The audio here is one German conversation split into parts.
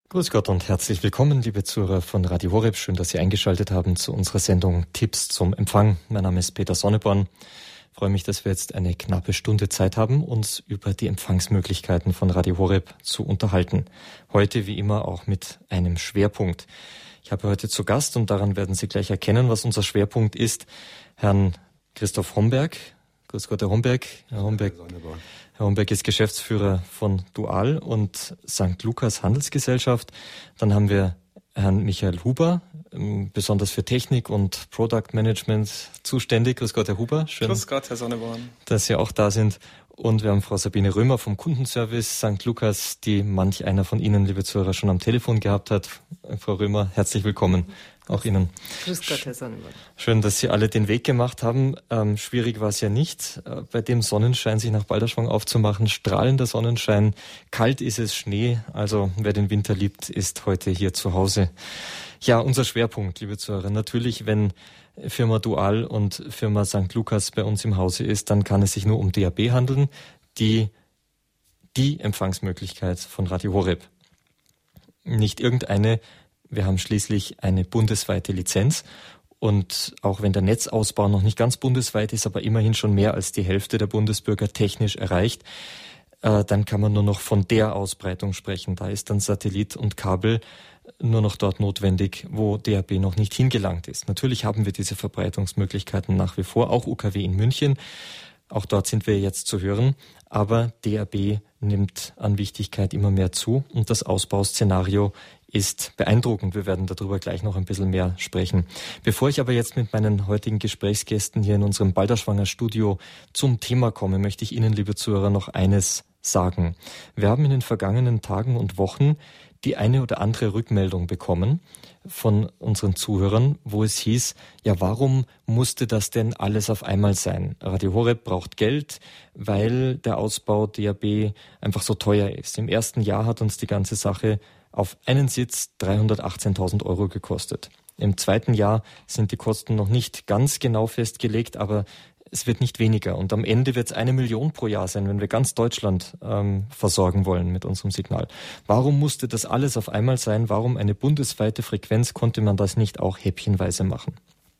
Grüß Gott und herzlich willkommen, liebe Zuhörer von Radio Horeb. Schön, dass Sie eingeschaltet haben zu unserer Sendung Tipps zum Empfang. Mein Name ist Peter Sonneborn. Ich freue mich, dass wir jetzt eine knappe Stunde Zeit haben, uns über die Empfangsmöglichkeiten von Radio Horeb zu unterhalten. Heute wie immer auch mit einem Schwerpunkt. Ich habe heute zu Gast, und daran werden Sie gleich erkennen, was unser Schwerpunkt ist, Herrn Christoph Homberg. Grüß Gott, Herr Homberg. Herr Homberg ist Geschäftsführer von Dual und St. Lukas Handelsgesellschaft. Dann haben wir Herrn Michael Huber, besonders für Technik und Product Management zuständig. Grüß Gott, Herr Huber. Schön, grüß Gott, Herr Sonneborn, dass Sie auch da sind. Und wir haben Frau Sabine Römer vom Kundenservice St. Lukas, die manch einer von Ihnen, liebe Zuhörer, schon am Telefon gehabt hat. Frau Römer, herzlich willkommen. Auch Ihnen. Grüß Gott, Herr Sonneborn. Schön, dass Sie alle den Weg gemacht haben. Schwierig war es ja nicht, bei dem Sonnenschein sich nach Balderschwang aufzumachen. Strahlender Sonnenschein, kalt ist es, Schnee. Also wer den Winter liebt, ist heute hier zu Hause. Ja, unser Schwerpunkt, liebe Zuhörer, natürlich, wenn Firma Dual und Firma St. Lukas bei uns im Hause ist, dann kann es sich nur um DAB handeln, die Empfangsmöglichkeit von Radio Horeb. Nicht irgendeine. Wir haben schließlich eine bundesweite Lizenz, und auch wenn der Netzausbau noch nicht ganz bundesweit ist, aber immerhin schon mehr als die Hälfte der Bundesbürger technisch erreicht, dann kann man nur noch von der Ausbreitung sprechen. Da ist dann Satellit und Kabel nur noch dort notwendig, wo DAB noch nicht hingelangt ist. Natürlich haben wir diese Verbreitungsmöglichkeiten nach wie vor, auch UKW in München. Auch dort sind wir jetzt zu hören, aber DAB nimmt an Wichtigkeit immer mehr zu und das Ausbauszenario ist beeindruckend. Wir werden darüber gleich noch ein bisschen mehr sprechen. Bevor ich aber jetzt mit meinen heutigen Gesprächsgästen hier in unserem Balderschwanger Studio zum Thema komme, möchte ich Ihnen, liebe Zuhörer, noch eines sagen. Wir haben in den vergangenen Tagen und Wochen die eine oder andere Rückmeldung bekommen von unseren Zuhörern, wo es hieß, ja, warum musste das denn alles auf einmal sein? Radio Horeb braucht Geld, weil der Ausbau DAB einfach so teuer ist. Im ersten Jahr hat uns die ganze Sache auf einen Sitz 318.000 Euro gekostet. Im zweiten Jahr sind die Kosten noch nicht ganz genau festgelegt, aber es wird nicht weniger. Und am Ende wird es 1 Million pro Jahr sein, wenn wir ganz Deutschland versorgen wollen mit unserem Signal. Warum musste das alles auf einmal sein? Warum eine bundesweite Frequenz? Konnte man das nicht auch häppchenweise machen?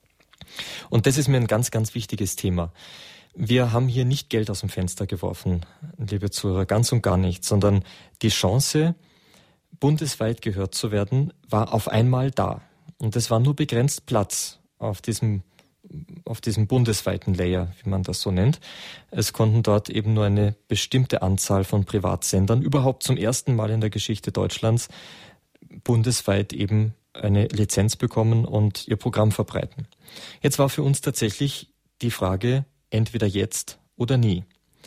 Und das ist mir ein ganz, ganz wichtiges Thema. Wir haben hier nicht Geld aus dem Fenster geworfen, liebe Zuhörer, ganz und gar nicht, sondern die Chance, bundesweit gehört zu werden, war auf einmal da. Und es war nur begrenzt Platz auf diesem bundesweiten Layer, wie man das so nennt. Es konnten dort eben nur eine bestimmte Anzahl von Privatsendern überhaupt zum ersten Mal in der Geschichte Deutschlands bundesweit eben eine Lizenz bekommen und ihr Programm verbreiten. Jetzt war für uns tatsächlich die Frage, entweder jetzt oder nie.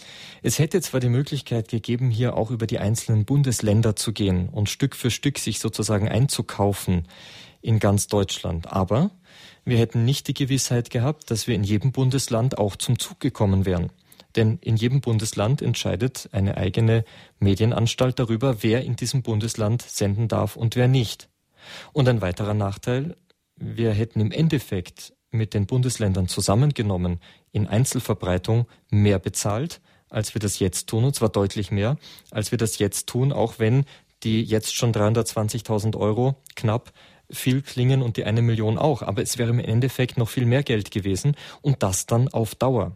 Es hätte zwar die Möglichkeit gegeben, hier auch über die einzelnen Bundesländer zu gehen und Stück für Stück sich sozusagen einzukaufen in ganz Deutschland, aber wir hätten nicht die Gewissheit gehabt, dass wir in jedem Bundesland auch zum Zug gekommen wären. Denn in jedem Bundesland entscheidet eine eigene Medienanstalt darüber, wer in diesem Bundesland senden darf und wer nicht. Und ein weiterer Nachteil, wir hätten im Endeffekt mit den Bundesländern zusammengenommen in Einzelverbreitung mehr bezahlt, als wir das jetzt tun, und zwar deutlich mehr, als wir das jetzt tun, auch wenn die jetzt schon 320.000 Euro knapp viel klingen und die 1 Million auch. Aber es wäre im Endeffekt noch viel mehr Geld gewesen und das dann auf Dauer.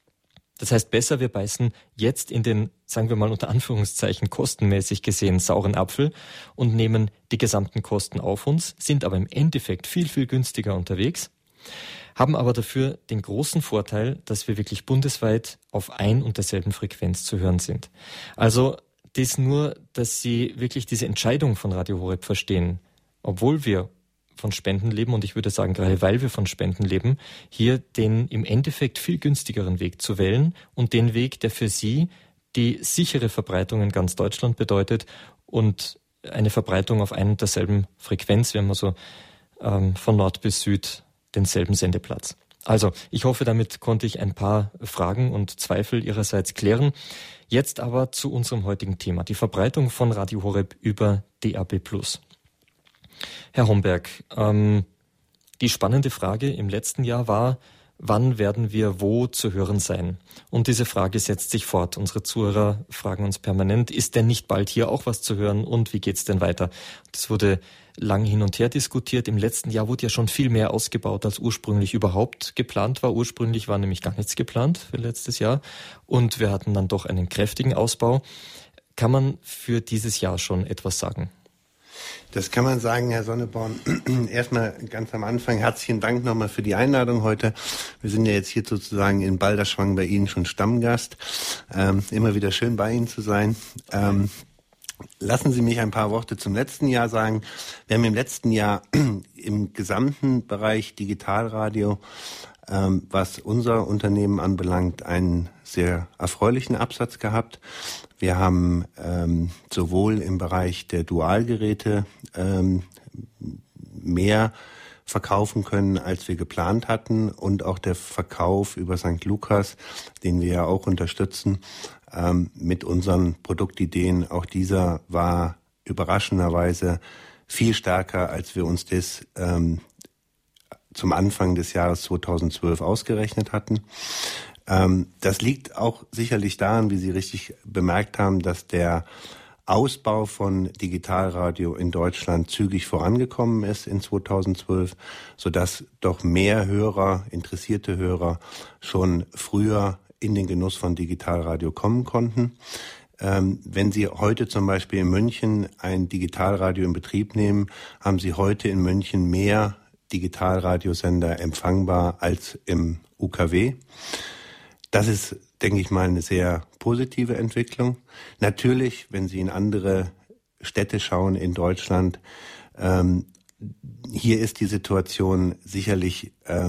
Das heißt, besser wir beißen jetzt in den, sagen wir mal unter Anführungszeichen, kostenmäßig gesehen sauren Apfel und nehmen die gesamten Kosten auf uns, sind aber im Endeffekt viel, viel günstiger unterwegs, haben aber dafür den großen Vorteil, dass wir wirklich bundesweit auf ein und derselben Frequenz zu hören sind. Also das nur, dass Sie wirklich diese Entscheidung von Radio Horeb verstehen, obwohl wir von Spenden leben, und ich würde sagen, gerade weil wir von Spenden leben, hier den im Endeffekt viel günstigeren Weg zu wählen und den Weg, der für Sie die sichere Verbreitung in ganz Deutschland bedeutet und eine Verbreitung auf ein und derselben Frequenz. Wir haben also von Nord bis Süd denselben Sendeplatz. Also, ich hoffe, damit konnte ich ein paar Fragen und Zweifel Ihrerseits klären. Jetzt aber zu unserem heutigen Thema, die Verbreitung von Radio Horeb über DAB+. Herr Homberg, die spannende Frage im letzten Jahr war, wann werden wir wo zu hören sein? Und diese Frage setzt sich fort. Unsere Zuhörer fragen uns permanent, ist denn nicht bald hier auch was zu hören und wie geht's denn weiter? Das wurde lang hin und her diskutiert. Im letzten Jahr wurde ja schon viel mehr ausgebaut, als ursprünglich überhaupt geplant war. Ursprünglich war nämlich gar nichts geplant für letztes Jahr. Und wir hatten dann doch einen kräftigen Ausbau. Kann man für dieses Jahr schon etwas sagen? Das kann man sagen, Herr Sonneborn. Erstmal ganz am Anfang herzlichen Dank nochmal für die Einladung heute. Wir sind ja jetzt hier sozusagen in Balderschwang bei Ihnen schon Stammgast. Immer wieder schön bei Ihnen zu sein. Lassen Sie mich ein paar Worte zum letzten Jahr sagen. Wir haben im letzten Jahr im gesamten Bereich Digitalradio, was unser Unternehmen anbelangt, einen sehr erfreulichen Absatz gehabt. Wir haben sowohl im Bereich der Dualgeräte mehr verkaufen können, als wir geplant hatten, und auch der Verkauf über St. Lukas, den wir ja auch unterstützen, mit unseren Produktideen. Auch dieser war überraschenderweise viel stärker, als wir uns das zum Anfang des Jahres 2012 ausgerechnet hatten. Das liegt auch sicherlich daran, wie Sie richtig bemerkt haben, dass der Ausbau von Digitalradio in Deutschland zügig vorangekommen ist in 2012, sodass doch mehr Hörer, interessierte Hörer schon früher in den Genuss von Digitalradio kommen konnten. Wenn Sie heute zum Beispiel in München ein Digitalradio in Betrieb nehmen, haben Sie heute in München mehr Digitalradiosender empfangbar als im UKW. Das ist, denke ich mal, eine sehr positive Entwicklung. Natürlich, wenn Sie in andere Städte schauen in Deutschland, hier ist die Situation sicherlich,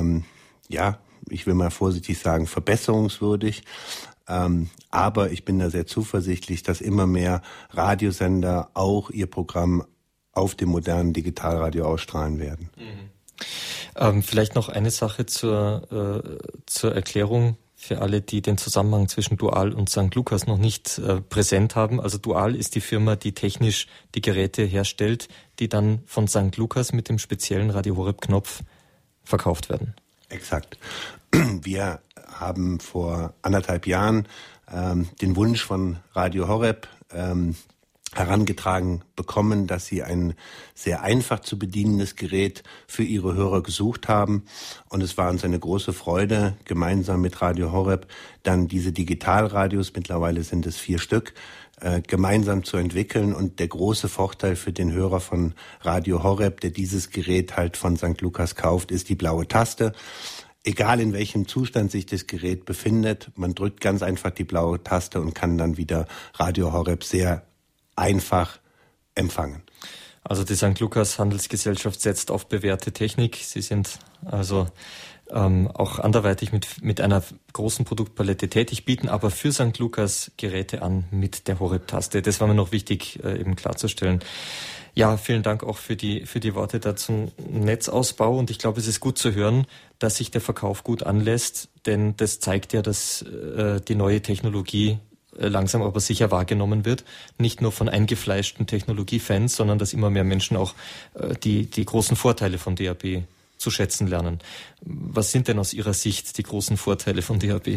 ich will mal vorsichtig sagen, verbesserungswürdig. Aber ich bin da sehr zuversichtlich, dass immer mehr Radiosender auch ihr Programm auf dem modernen Digitalradio ausstrahlen werden. Vielleicht noch eine Sache zur Erklärung für alle, die den Zusammenhang zwischen Dual und St. Lukas noch nicht präsent haben. Also Dual ist die Firma, die technisch die Geräte herstellt, die dann von St. Lukas mit dem speziellen Radio Horeb-Knopf verkauft werden. Exakt. Wir haben vor 1,5 Jahren den Wunsch von Radio Horeb herangetragen bekommen, dass sie ein sehr einfach zu bedienendes Gerät für ihre Hörer gesucht haben. Und es war uns eine große Freude, gemeinsam mit Radio Horeb dann diese Digitalradios, mittlerweile sind es 4 Stück, gemeinsam zu entwickeln. Und der große Vorteil für den Hörer von Radio Horeb, der dieses Gerät halt von St. Lukas kauft, ist die blaue Taste. Egal in welchem Zustand sich das Gerät befindet, man drückt ganz einfach die blaue Taste und kann dann wieder Radio Horeb sehr einfach empfangen. Also die St. Lukas Handelsgesellschaft setzt auf bewährte Technik. Sie sind also auch anderweitig mit einer großen Produktpalette tätig, bieten aber für St. Lukas Geräte an mit der Horeb-Taste. Das war mir noch wichtig eben klarzustellen. Ja, vielen Dank auch für die Worte da zum Netzausbau. Und ich glaube, es ist gut zu hören, dass sich der Verkauf gut anlässt, denn das zeigt ja, dass die neue Technologie langsam aber sicher wahrgenommen wird. Nicht nur von eingefleischten Technologiefans, sondern dass immer mehr Menschen auch die großen Vorteile von DAB zu schätzen lernen. Was sind denn aus Ihrer Sicht die großen Vorteile von DAB?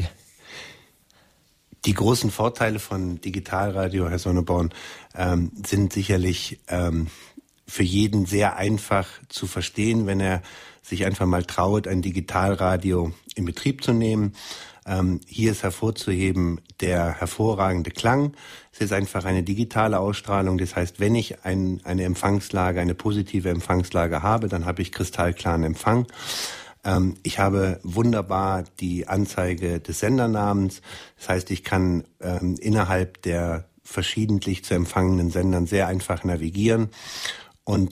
Die großen Vorteile von Digitalradio, Herr Sonneborn, sind sicherlich für jeden sehr einfach zu verstehen, wenn er sich einfach mal traut, ein Digitalradio in Betrieb zu nehmen. Hier ist hervorzuheben der hervorragende Klang. Es ist einfach eine digitale Ausstrahlung. Das heißt, wenn ich eine Empfangslage, eine positive Empfangslage habe, dann habe ich kristallklaren Empfang. Ich habe wunderbar die Anzeige des Sendernamens. Das heißt, ich kann innerhalb der verschiedentlich zu empfangenen Sendern sehr einfach navigieren. Und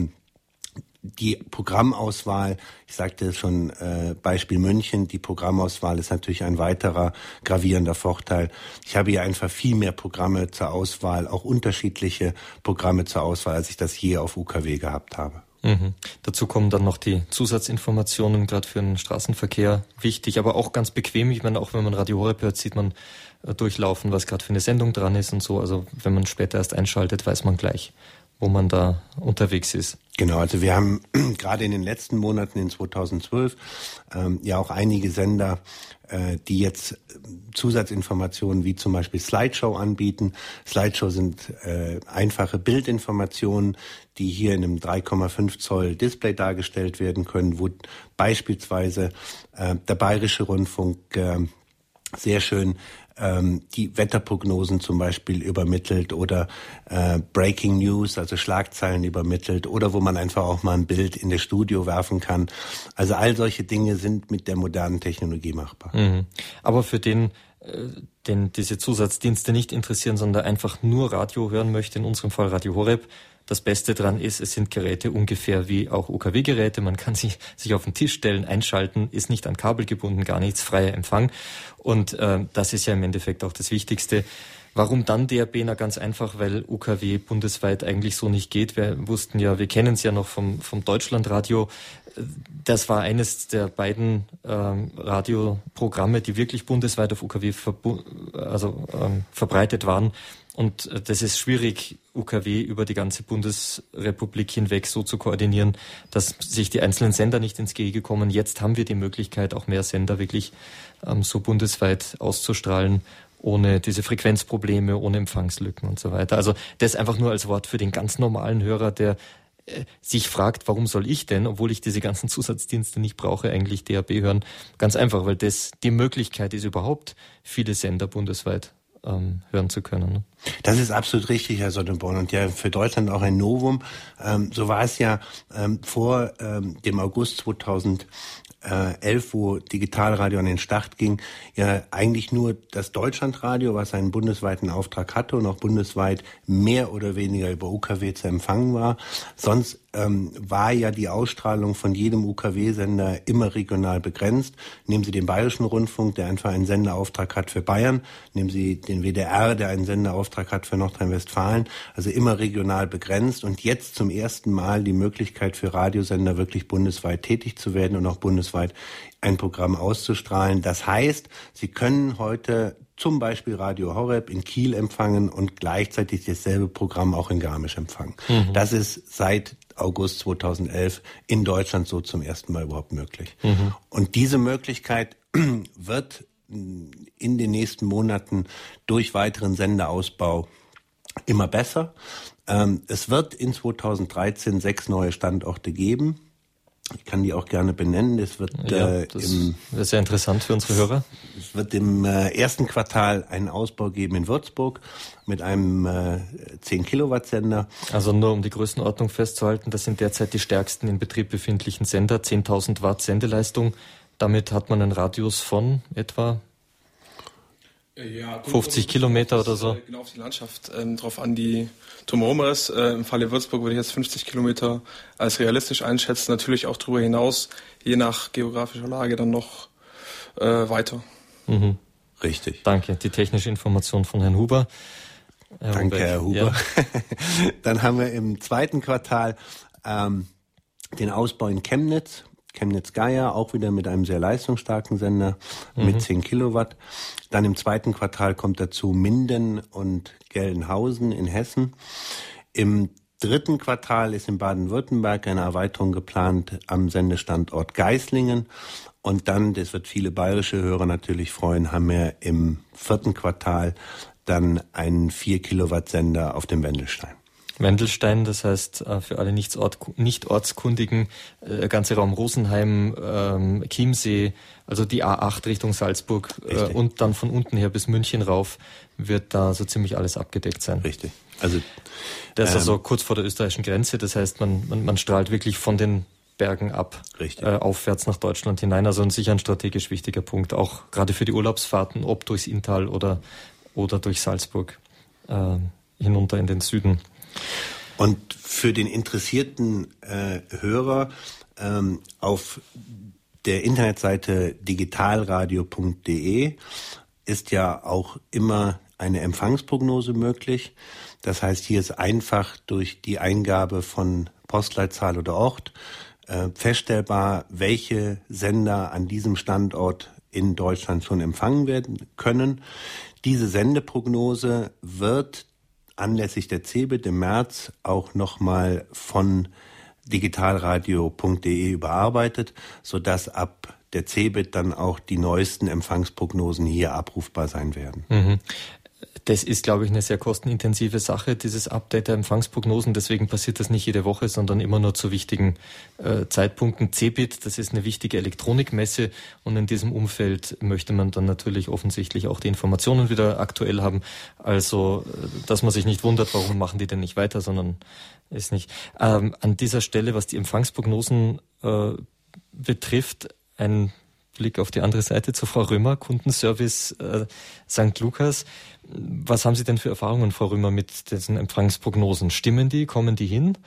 die Programmauswahl, ich sagte es schon, Beispiel München, die Programmauswahl ist natürlich ein weiterer gravierender Vorteil. Ich habe hier einfach viel mehr Programme zur Auswahl, auch unterschiedliche Programme zur Auswahl, als ich das je auf UKW gehabt habe. Mhm. Dazu kommen dann noch die Zusatzinformationen, gerade für den Straßenverkehr wichtig, aber auch ganz bequem. Ich meine, auch wenn man Radio Horeb hört, sieht man durchlaufen, was gerade für eine Sendung dran ist und so. Also wenn man später erst einschaltet, weiß man gleich, wo man da unterwegs ist. Genau, also wir haben gerade in den letzten Monaten in 2012 ja auch einige Sender, die jetzt Zusatzinformationen wie zum Beispiel Slideshow anbieten. Slideshow sind einfache Bildinformationen, die hier in einem 3,5 Zoll Display dargestellt werden können, wo beispielsweise der Bayerische Rundfunk sehr schön die Wetterprognosen zum Beispiel übermittelt oder Breaking News, also Schlagzeilen übermittelt oder wo man einfach auch mal ein Bild in das Studio werfen kann. Also all solche Dinge sind mit der modernen Technologie machbar. Aber für den diese Zusatzdienste nicht interessieren, sondern einfach nur Radio hören möchte, in unserem Fall Radio Horeb, das Beste dran ist, es sind Geräte ungefähr wie auch UKW-Geräte. Man kann sich auf den Tisch stellen, einschalten, ist nicht an Kabel gebunden, gar nichts, freier Empfang. Und das ist ja im Endeffekt auch das Wichtigste. Warum dann DAB? Na, ganz einfach, weil UKW bundesweit eigentlich so nicht geht. Wir kennen es ja noch vom Deutschlandradio. Das war eines der beiden Radioprogramme, die wirklich bundesweit auf UKW verbreitet waren. Und das ist schwierig, UKW über die ganze Bundesrepublik hinweg so zu koordinieren, dass sich die einzelnen Sender nicht ins Gehege kommen. Jetzt haben wir die Möglichkeit, auch mehr Sender wirklich so bundesweit auszustrahlen, ohne diese Frequenzprobleme, ohne Empfangslücken und so weiter. Also das einfach nur als Wort für den ganz normalen Hörer, der sich fragt, warum soll ich denn, obwohl ich diese ganzen Zusatzdienste nicht brauche, eigentlich DAB hören? Ganz einfach, weil das die Möglichkeit ist, überhaupt viele Sender bundesweit hören zu können. Ne? Das ist absolut richtig, Herr Sonneborn, und ja für Deutschland auch ein Novum. So war es ja vor dem August 2011, wo Digitalradio an den Start ging, ja eigentlich nur das Deutschlandradio, was einen bundesweiten Auftrag hatte und auch bundesweit mehr oder weniger über UKW zu empfangen war. Sonst war ja die Ausstrahlung von jedem UKW-Sender immer regional begrenzt. Nehmen Sie den Bayerischen Rundfunk, der einfach einen Senderauftrag hat für Bayern. Nehmen Sie den WDR, der einen Senderauftrag hat für Nordrhein-Westfalen. Also immer regional begrenzt. Und jetzt zum ersten Mal die Möglichkeit für Radiosender wirklich bundesweit tätig zu werden und auch bundesweit ein Programm auszustrahlen. Das heißt, Sie können heute zum Beispiel Radio Horeb in Kiel empfangen und gleichzeitig dasselbe Programm auch in Garmisch empfangen. Das ist seit August 2011 in Deutschland so zum ersten Mal überhaupt möglich. Und diese Möglichkeit wird in den nächsten Monaten durch weiteren Senderausbau immer besser. Es wird in 2013 6 neue Standorte geben. Ich kann die auch gerne benennen. Es wird das ist sehr interessant für unsere Hörer. Es wird im ersten Quartal einen Ausbau geben in Würzburg mit einem 10-Kilowatt-Sender. Also nur um die Größenordnung festzuhalten, das sind derzeit die stärksten in Betrieb befindlichen Sender, 10.000 Watt Sendeleistung. Damit hat man einen Radius von etwa 50 Kilometer oder so. Genau auf die Landschaft drauf an, die drumherum ist. Im Falle Würzburg würde ich jetzt 50 Kilometer als realistisch einschätzen. Natürlich auch darüber hinaus, je nach geografischer Lage dann noch weiter. Richtig. Danke. Die technische Information von Herrn Huber. Danke, Herr Huber. Ja. Dann haben wir im zweiten Quartal den Ausbau in Chemnitz. Chemnitz-Geier, auch wieder mit einem sehr leistungsstarken Sender mit 10 Kilowatt. Dann im zweiten Quartal kommt dazu Minden und Gelnhausen in Hessen. Im dritten Quartal ist in Baden-Württemberg eine Erweiterung geplant am Sendestandort Geislingen. Und dann, das wird viele bayerische Hörer natürlich freuen, haben wir im vierten Quartal dann einen 4-Kilowatt-Sender auf dem Wendelstein. Wendelstein, das heißt für alle Nicht-Ortskundigen, ganze Raum Rosenheim, Chiemsee, also die A8 Richtung Salzburg und dann von unten her bis München rauf wird da so ziemlich alles abgedeckt sein. Richtig. Also das ist also kurz vor der österreichischen Grenze, das heißt man strahlt wirklich von den Bergen ab, aufwärts nach Deutschland hinein, also sicher ein strategisch wichtiger Punkt, auch gerade für die Urlaubsfahrten, ob durchs Inntal oder durch Salzburg hinunter in den Süden. Und für den interessierten Hörer auf der Internetseite digitalradio.de ist ja auch immer eine Empfangsprognose möglich. Das heißt, hier ist einfach durch die Eingabe von Postleitzahl oder Ort feststellbar, welche Sender an diesem Standort in Deutschland schon empfangen werden können. Diese Sendeprognose wird anlässlich der CeBIT im März auch nochmal von digitalradio.de überarbeitet, sodass ab der CeBIT dann auch die neuesten Empfangsprognosen hier abrufbar sein werden. Mhm. Das ist, glaube ich, eine sehr kostenintensive Sache, dieses Update der Empfangsprognosen. Deswegen passiert das nicht jede Woche, sondern immer nur zu wichtigen Zeitpunkten. CeBIT, das ist eine wichtige Elektronikmesse und in diesem Umfeld möchte man dann natürlich offensichtlich auch die Informationen wieder aktuell haben. Also, dass man sich nicht wundert, warum machen die denn nicht weiter, sondern ist nicht. An dieser Stelle, was die Empfangsprognosen betrifft, ein Blick auf die andere Seite zu Frau Römer, Kundenservice St. Lukas. Was haben Sie denn für Erfahrungen, Frau Römer, mit diesen Empfangsprognosen? Stimmen die? Kommen die hin?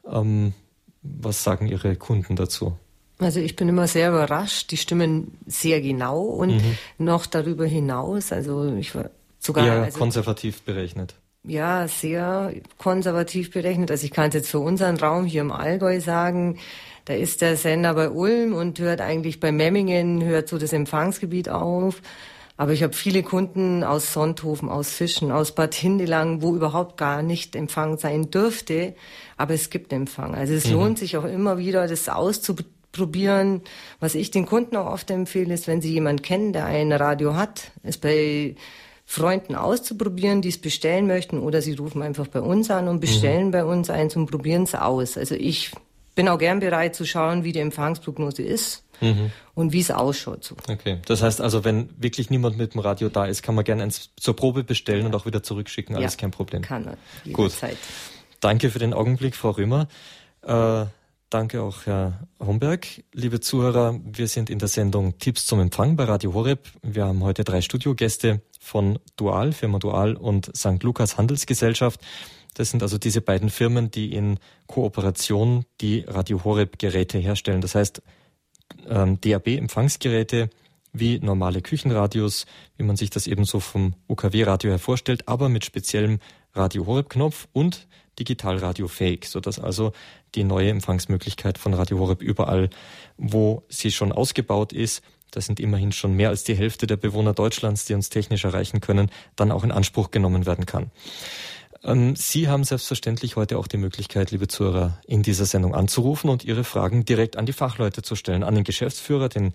Was sagen Ihre Kunden dazu? Also ich bin immer sehr überrascht. Die stimmen sehr genau und noch darüber hinaus. Also ich war sogar eher konservativ berechnet. Ja, sehr konservativ berechnet. Also ich kann es jetzt für unseren Raum hier im Allgäu sagen. Da ist der Sender bei Ulm und hört eigentlich bei Memmingen, hört so das Empfangsgebiet auf. Aber ich habe viele Kunden aus Sonthofen, aus Fischen, aus Bad Hindelang, wo überhaupt gar nicht Empfang sein dürfte. Aber es gibt Empfang. Also es lohnt sich auch immer wieder, das auszuprobieren. Was ich den Kunden auch oft empfehle, ist, wenn sie jemanden kennen, der ein Radio hat, es bei Freunden auszuprobieren, die es bestellen möchten. Oder sie rufen einfach bei uns an und bestellen bei uns eins und probieren es aus. Also ich bin auch gern bereit zu schauen, wie die Empfangsprognose ist und wie es ausschaut. So. Okay, das heißt also, wenn wirklich niemand mit dem Radio da ist, kann man gerne eins zur Probe bestellen und auch wieder zurückschicken. Alles kein Problem. Kann er. Gut. Danke für den Augenblick, Frau Römer. Danke auch, Herr Homberg. Liebe Zuhörer, wir sind in der Sendung Tipps zum Empfang bei Radio Horeb. Wir haben heute 3 Studiogäste von Dual, Firma Dual und St. Lukas Handelsgesellschaft. Das sind also diese beiden Firmen, die in Kooperation die Radio Horeb Geräte herstellen. Das heißt, DAB-Empfangsgeräte wie normale Küchenradios, wie man sich das eben so vom UKW-Radio her vorstellt, aber mit speziellem Radio Horeb-Knopf und digitalradiofähig, sodass also die neue Empfangsmöglichkeit von Radio Horeb überall, wo sie schon ausgebaut ist, das sind immerhin schon mehr als die Hälfte der Bewohner Deutschlands, die uns technisch erreichen können, dann auch in Anspruch genommen werden kann. Sie haben selbstverständlich heute auch die Möglichkeit, liebe Zuhörer, in dieser Sendung anzurufen und Ihre Fragen direkt an die Fachleute zu stellen, an den Geschäftsführer, den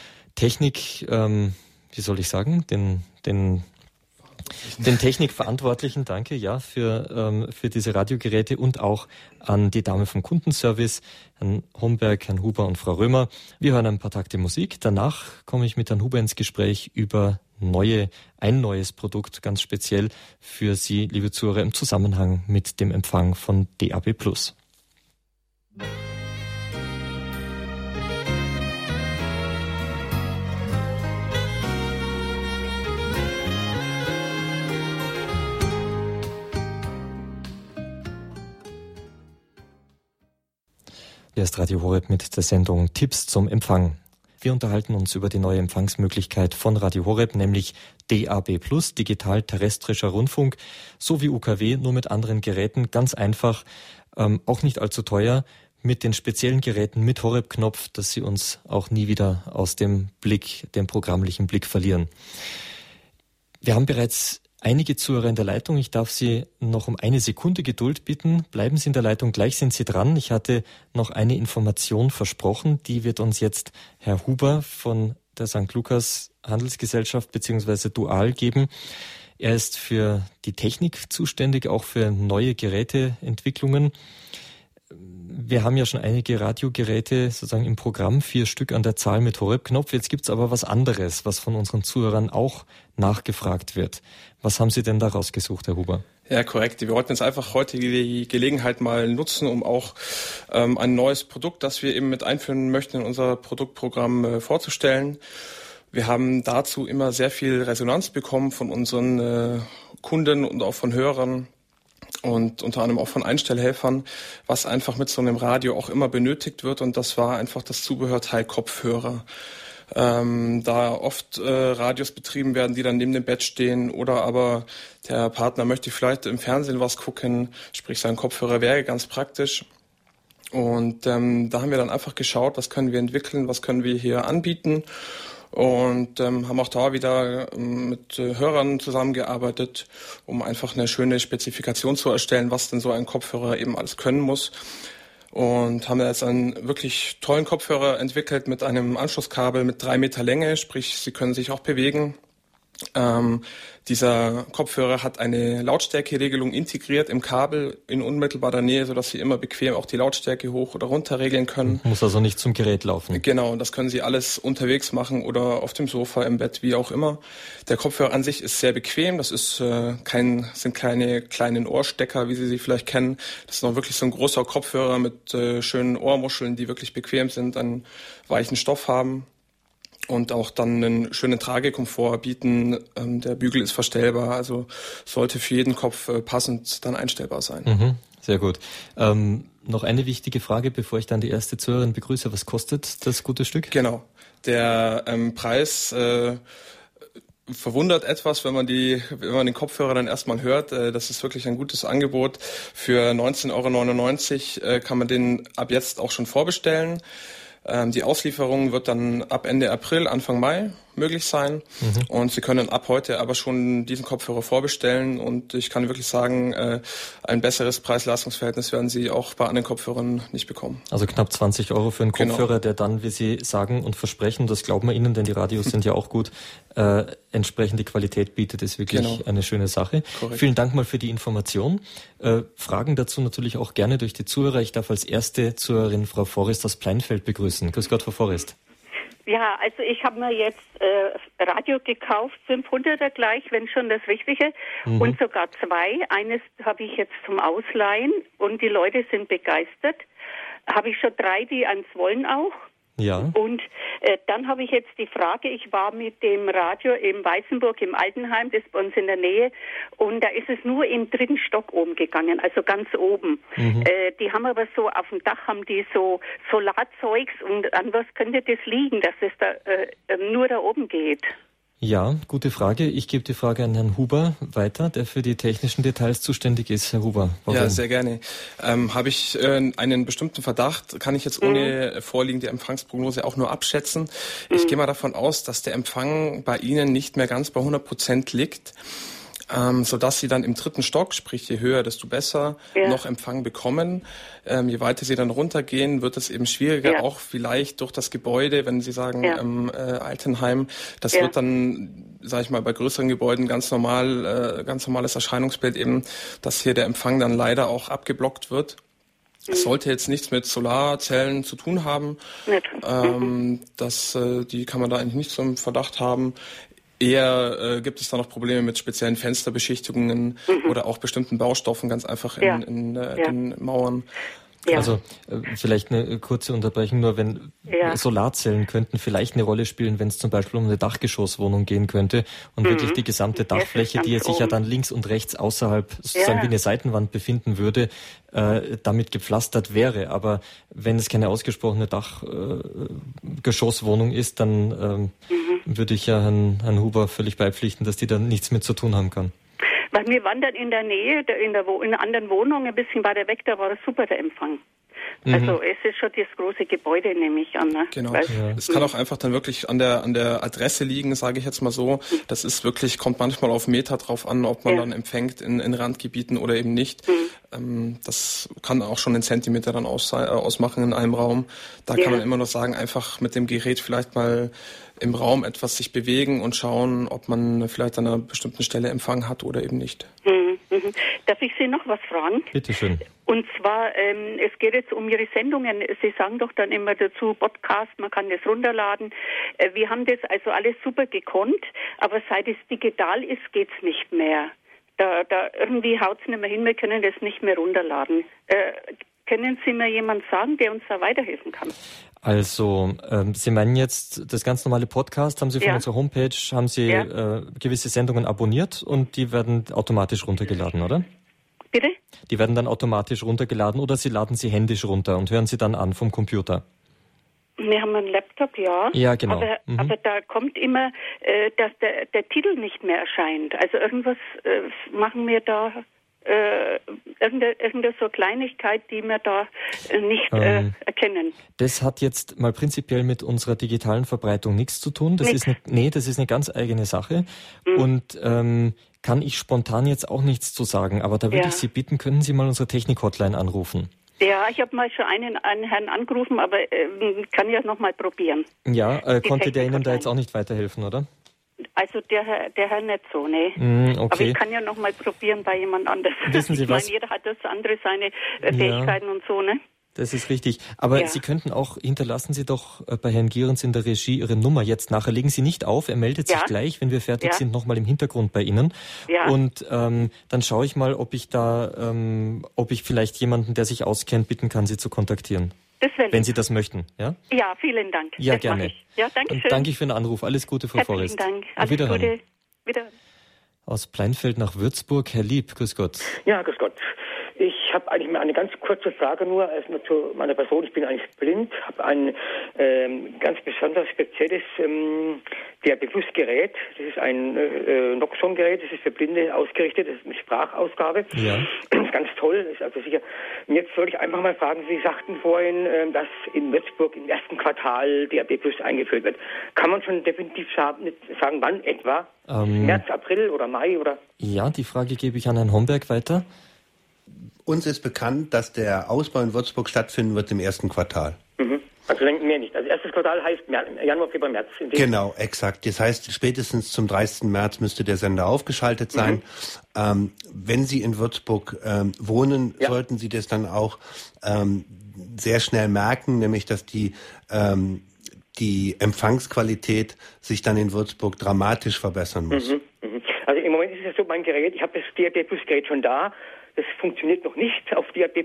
den Technikverantwortlichen, danke, ja, für diese Radiogeräte und auch an die Dame vom Kundenservice, Herrn Homberg, Herrn Huber und Frau Römer. Wir hören ein paar Takte Musik. Danach komme ich mit Herrn Huber ins Gespräch über ein neues Produkt, ganz speziell für Sie, liebe Zuhörer, im Zusammenhang mit dem Empfang von DAB+. Hier ist Radio Horeb mit der Sendung Tipps zum Empfang. Wir unterhalten uns über die neue Empfangsmöglichkeit von Radio Horeb, nämlich DAB+, digital-terrestrischer Rundfunk, so wie UKW, nur mit anderen Geräten, ganz einfach, auch nicht allzu teuer, mit den speziellen Geräten mit Horeb-Knopf, dass Sie uns auch nie wieder aus dem programmlichen Blick verlieren. Wir haben bereits einige Zuhörer in der Leitung. Ich darf Sie noch um 1 Sekunde Geduld bitten. Bleiben Sie in der Leitung, gleich sind Sie dran. Ich hatte noch eine Information versprochen. Die wird uns jetzt Herr Huber von der St. Lukas Handelsgesellschaft bzw. Dual geben. Er ist für die Technik zuständig, auch für neue Geräteentwicklungen. Wir haben ja schon einige Radiogeräte sozusagen im Programm, 4 Stück an der Zahl mit Horeb-Knopf. Jetzt gibt's aber was anderes, was von unseren Zuhörern auch nachgefragt wird. Was haben Sie denn da rausgesucht, Herr Huber? Ja, korrekt. Wir wollten jetzt einfach heute die Gelegenheit mal nutzen, um auch ein neues Produkt, das wir eben mit einführen möchten, in unser Produktprogramm vorzustellen. Wir haben dazu immer sehr viel Resonanz bekommen von unseren Kunden und auch von Hörern und unter anderem auch von Einstellhelfern, was einfach mit so einem Radio auch immer benötigt wird, und das war einfach das Zubehörteil Kopfhörer. Da oft Radios betrieben werden, die dann neben dem Bett stehen, oder aber der Partner möchte vielleicht im Fernsehen was gucken, sprich sein Kopfhörer wäre ganz praktisch. Und da haben wir dann einfach geschaut, was können wir entwickeln, was können wir hier anbieten. und haben auch da wieder mit Hörern zusammengearbeitet, um einfach eine schöne Spezifikation zu erstellen, was denn so ein Kopfhörer eben alles können muss. Und haben jetzt einen wirklich tollen Kopfhörer entwickelt mit einem Anschlusskabel mit 3 Meter Länge, sprich, sie können sich auch bewegen. Dieser Kopfhörer hat eine Lautstärkeregelung integriert im Kabel in unmittelbarer Nähe, sodass Sie immer bequem auch die Lautstärke hoch oder runter regeln können. Muss also nicht zum Gerät laufen. Genau, und das können Sie alles unterwegs machen oder auf dem Sofa, im Bett, wie auch immer. Der Kopfhörer an sich ist sehr bequem. Das ist sind keine kleinen Ohrstecker, wie Sie sie vielleicht kennen. Das ist noch wirklich so ein großer Kopfhörer mit schönen Ohrmuscheln, die wirklich bequem sind, einen weichen Stoff haben. Und auch dann einen schönen Tragekomfort bieten. Der Bügel ist verstellbar, also sollte für jeden Kopf passend dann einstellbar sein. Mhm, sehr gut. Noch eine wichtige Frage, bevor ich dann die erste Zuhörerin begrüße. Was kostet das gute Stück? Genau. Der Preis verwundert etwas, wenn man den Kopfhörer dann erstmal hört. Das ist wirklich ein gutes Angebot. Für 19,99 € kann man den ab jetzt auch schon vorbestellen. Die Auslieferung wird dann ab Ende April, Anfang Mai möglich sein. Und Sie können ab heute aber schon diesen Kopfhörer vorbestellen. Und ich kann wirklich sagen, ein besseres Preis-Leistungs-Verhältnis werden Sie auch bei anderen Kopfhörern nicht bekommen. Also knapp 20 € für einen Kopfhörer, genau, der dann, wie Sie sagen und versprechen, das glauben wir Ihnen, denn die Radios sind ja auch gut, entsprechende Qualität bietet, ist wirklich eine schöne Sache. Korrekt. Vielen Dank mal für die Information. Fragen dazu natürlich auch gerne durch die Zuhörer. Ich darf als erste Zuhörerin Frau Forrest aus Pleinfeld begrüßen. Grüß Gott, Frau Forrest. Ja, also ich habe mir jetzt Radio gekauft, 500er gleich, wenn schon das Richtige, und sogar 2. Eines habe ich jetzt zum Ausleihen und die Leute sind begeistert. Habe ich schon 3, die eins wollen auch. Ja. Und dann habe ich jetzt die Frage, ich war mit dem Radio in Weißenburg im Altenheim, das ist bei uns in der Nähe, und da ist es nur im 3. Stock oben gegangen, also ganz oben. Die haben aber so auf dem Dach, haben die so Solarzeugs, und an was könnte das liegen, dass es da nur da oben geht? Ja, gute Frage. Ich gebe die Frage an Herrn Huber weiter, der für die technischen Details zuständig ist. Herr Huber, warum? Ja, sehr gerne. Habe ich einen bestimmten Verdacht, kann ich jetzt ohne vorliegende Empfangsprognose auch nur abschätzen. Ich gehe mal davon aus, dass der Empfang bei Ihnen nicht mehr ganz bei 100% liegt. Sodass Sie dann im 3. Stock, sprich je höher, desto besser, noch Empfang bekommen. Je weiter Sie dann runtergehen, wird es eben schwieriger, auch vielleicht durch das Gebäude, wenn Sie sagen Altenheim, das wird dann, sage ich mal, bei größeren Gebäuden ganz normales Erscheinungsbild eben, dass hier der Empfang dann leider auch abgeblockt wird. Es sollte jetzt nichts mit Solarzellen zu tun haben. Die kann man da eigentlich nicht zum Verdacht haben. Eher gibt es da noch Probleme mit speziellen Fensterbeschichtungen oder auch bestimmten Baustoffen ganz einfach in den Mauern. Ja. Also vielleicht eine kurze Unterbrechung, nur wenn Solarzellen könnten vielleicht eine Rolle spielen, wenn es zum Beispiel um eine Dachgeschosswohnung gehen könnte und wirklich die gesamte Dachfläche, die sich ja dann links und rechts außerhalb sozusagen wie eine Seitenwand befinden würde, damit gepflastert wäre. Aber wenn es keine ausgesprochene Dachgeschosswohnung ist, dann würde ich ja Herrn Huber völlig beipflichten, dass die da nichts mit zu tun haben kann. Weil wir waren dann in der Nähe, in einer anderen Wohnung, ein bisschen weiter weg, da war das super, der Empfang. Also es ist schon das große Gebäude, nehme ich an. Ne? Genau. Es kann auch einfach dann wirklich an der Adresse liegen, sage ich jetzt mal so. Das ist wirklich, kommt manchmal auf Meter drauf an, ob man dann empfängt in Randgebieten oder eben nicht. Das kann auch schon einen Zentimeter dann ausmachen in einem Raum. Da kann man immer nur sagen, einfach mit dem Gerät vielleicht mal im Raum etwas sich bewegen und schauen, ob man vielleicht an einer bestimmten Stelle Empfang hat oder eben nicht. Darf ich Sie noch was fragen? Bitte schön. Und zwar, es geht jetzt um Ihre Sendungen. Sie sagen doch dann immer dazu, Podcast, man kann das runterladen. Wir haben das also alles super gekonnt, aber seit es digital ist, geht's nicht mehr. Da irgendwie haut's nicht mehr hin, wir können das nicht mehr runterladen. Können Sie mir jemand sagen, der uns da weiterhelfen kann? Also, Sie meinen jetzt das ganz normale Podcast, haben Sie von unserer Homepage, haben Sie gewisse Sendungen abonniert und die werden automatisch runtergeladen, oder? Bitte? Die werden dann automatisch runtergeladen oder Sie laden sie händisch runter und hören sie dann an vom Computer? Wir haben einen Laptop, Ja, genau. Aber da kommt immer, dass der Titel nicht mehr erscheint. Also irgendwas machen wir da irgendeine so Kleinigkeit, die wir da nicht erkennen. Das hat jetzt mal prinzipiell mit unserer digitalen Verbreitung nichts zu tun. Das ist eine ganz eigene Sache. Und kann ich spontan jetzt auch nichts zu sagen. Aber da würde ich Sie bitten, können Sie mal unsere Technik-Hotline anrufen? Ja, ich habe mal schon einen Herrn angerufen, aber kann ja noch mal probieren. Ja, konnte der Ihnen da jetzt auch nicht weiterhelfen, oder? Also der Herr nicht so, ne? Okay. Aber ich kann ja noch mal probieren bei jemand anderem. Wissen Sie was? Ich meine, jeder hat das andere, seine Fähigkeiten und so, ne? Das ist richtig. Aber Sie könnten auch, hinterlassen Sie doch bei Herrn Gierens in der Regie Ihre Nummer jetzt nachher. Legen Sie nicht auf, er meldet sich gleich, wenn wir fertig sind, nochmal im Hintergrund bei Ihnen. Ja. Und dann schaue ich mal, ob ich vielleicht jemanden, der sich auskennt, bitten kann, Sie zu kontaktieren. Wenn Sie das möchten, ja? Ja, vielen Dank. Ja, das gerne. Ja, danke schön. Und danke für den Anruf. Alles Gute, Frau Forrest. Dank. Auf Wiederhören. Gute. Wiederhören. Aus Pleinfeld nach Würzburg, Herr Lieb, grüß Gott. Ja, grüß Gott. Ich habe eigentlich mal eine ganz kurze Frage nur zu meiner Person. Ich bin eigentlich blind, habe ein ganz besonders spezielles DAB-Plus-Gerät. Das ist ein Noxon-Gerät, das ist für Blinde ausgerichtet, das ist eine Sprachausgabe. Ja. Das ist ganz toll, das ist also sicher. Und jetzt wollte ich einfach mal fragen, Sie sagten vorhin, dass in Würzburg im ersten Quartal DAB+ eingeführt wird. Kann man schon definitiv sagen, wann etwa? März, April oder Mai? Oder? Ja, die Frage gebe ich an Herrn Homberg weiter. Uns ist bekannt, dass der Ausbau in Würzburg stattfinden wird im ersten Quartal. Also mehr nicht. Also erstes Quartal heißt Januar, Februar, März. Genau, exakt. Das heißt, spätestens zum 30. März müsste der Sender aufgeschaltet sein. Wenn Sie in Würzburg wohnen, sollten Sie das dann auch sehr schnell merken, nämlich dass die Empfangsqualität sich dann in Würzburg dramatisch verbessern muss. Also im Moment ist es so, mein Gerät, ich habe das DAB+-Gerät schon da, das funktioniert noch nicht auf DAB+.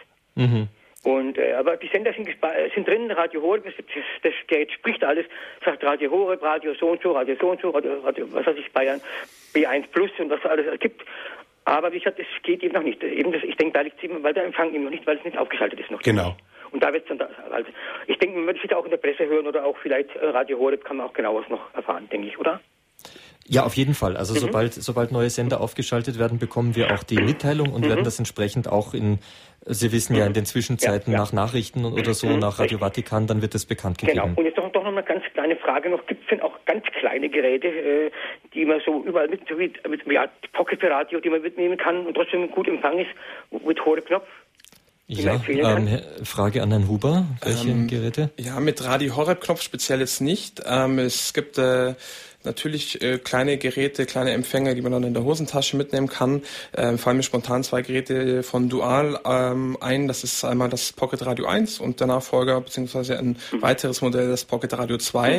Und aber die Sender sind drin, Radio Horeb, das Gerät spricht alles, sagt Radio Horeb, Radio so und so, Radio was weiß ich, Bayern, B1 Plus und was es alles gibt. Aber wie gesagt, es geht eben noch nicht. Ich denke, da liegt es eben, weil der Empfang eben noch nicht, weil es nicht aufgeschaltet ist noch. Genau. Und da wird es dann, also ich denke, man wird es auch in der Presse hören oder auch vielleicht Radio Horeb kann man auch genaueres noch erfahren, denke ich, oder? Ja, auf jeden Fall. Also sobald neue Sender aufgeschaltet werden, bekommen wir auch die Mitteilung und werden das entsprechend auch Sie wissen ja, in den Zwischenzeiten nach Nachrichten oder so, nach Radio Vatikan, dann wird das bekannt gegeben. Genau. Und jetzt doch noch eine ganz kleine Frage noch. Gibt es denn auch ganz kleine Geräte, die man so überall mit Pocket-Radio, die man mitnehmen kann und trotzdem gut Empfang ist, mit Horeb-Knopf? Ja, Frage an Herrn Huber. Welche Geräte? Ja, mit Radio Horeb-Knopf speziell jetzt nicht. Es gibt natürlich kleine Geräte, kleine Empfänger, die man dann in der Hosentasche mitnehmen kann. Fallen mir spontan 2 Geräte von Dual ein. Das ist einmal das Pocket Radio 1 und der Nachfolger, beziehungsweise ein weiteres Modell, das Pocket Radio 2.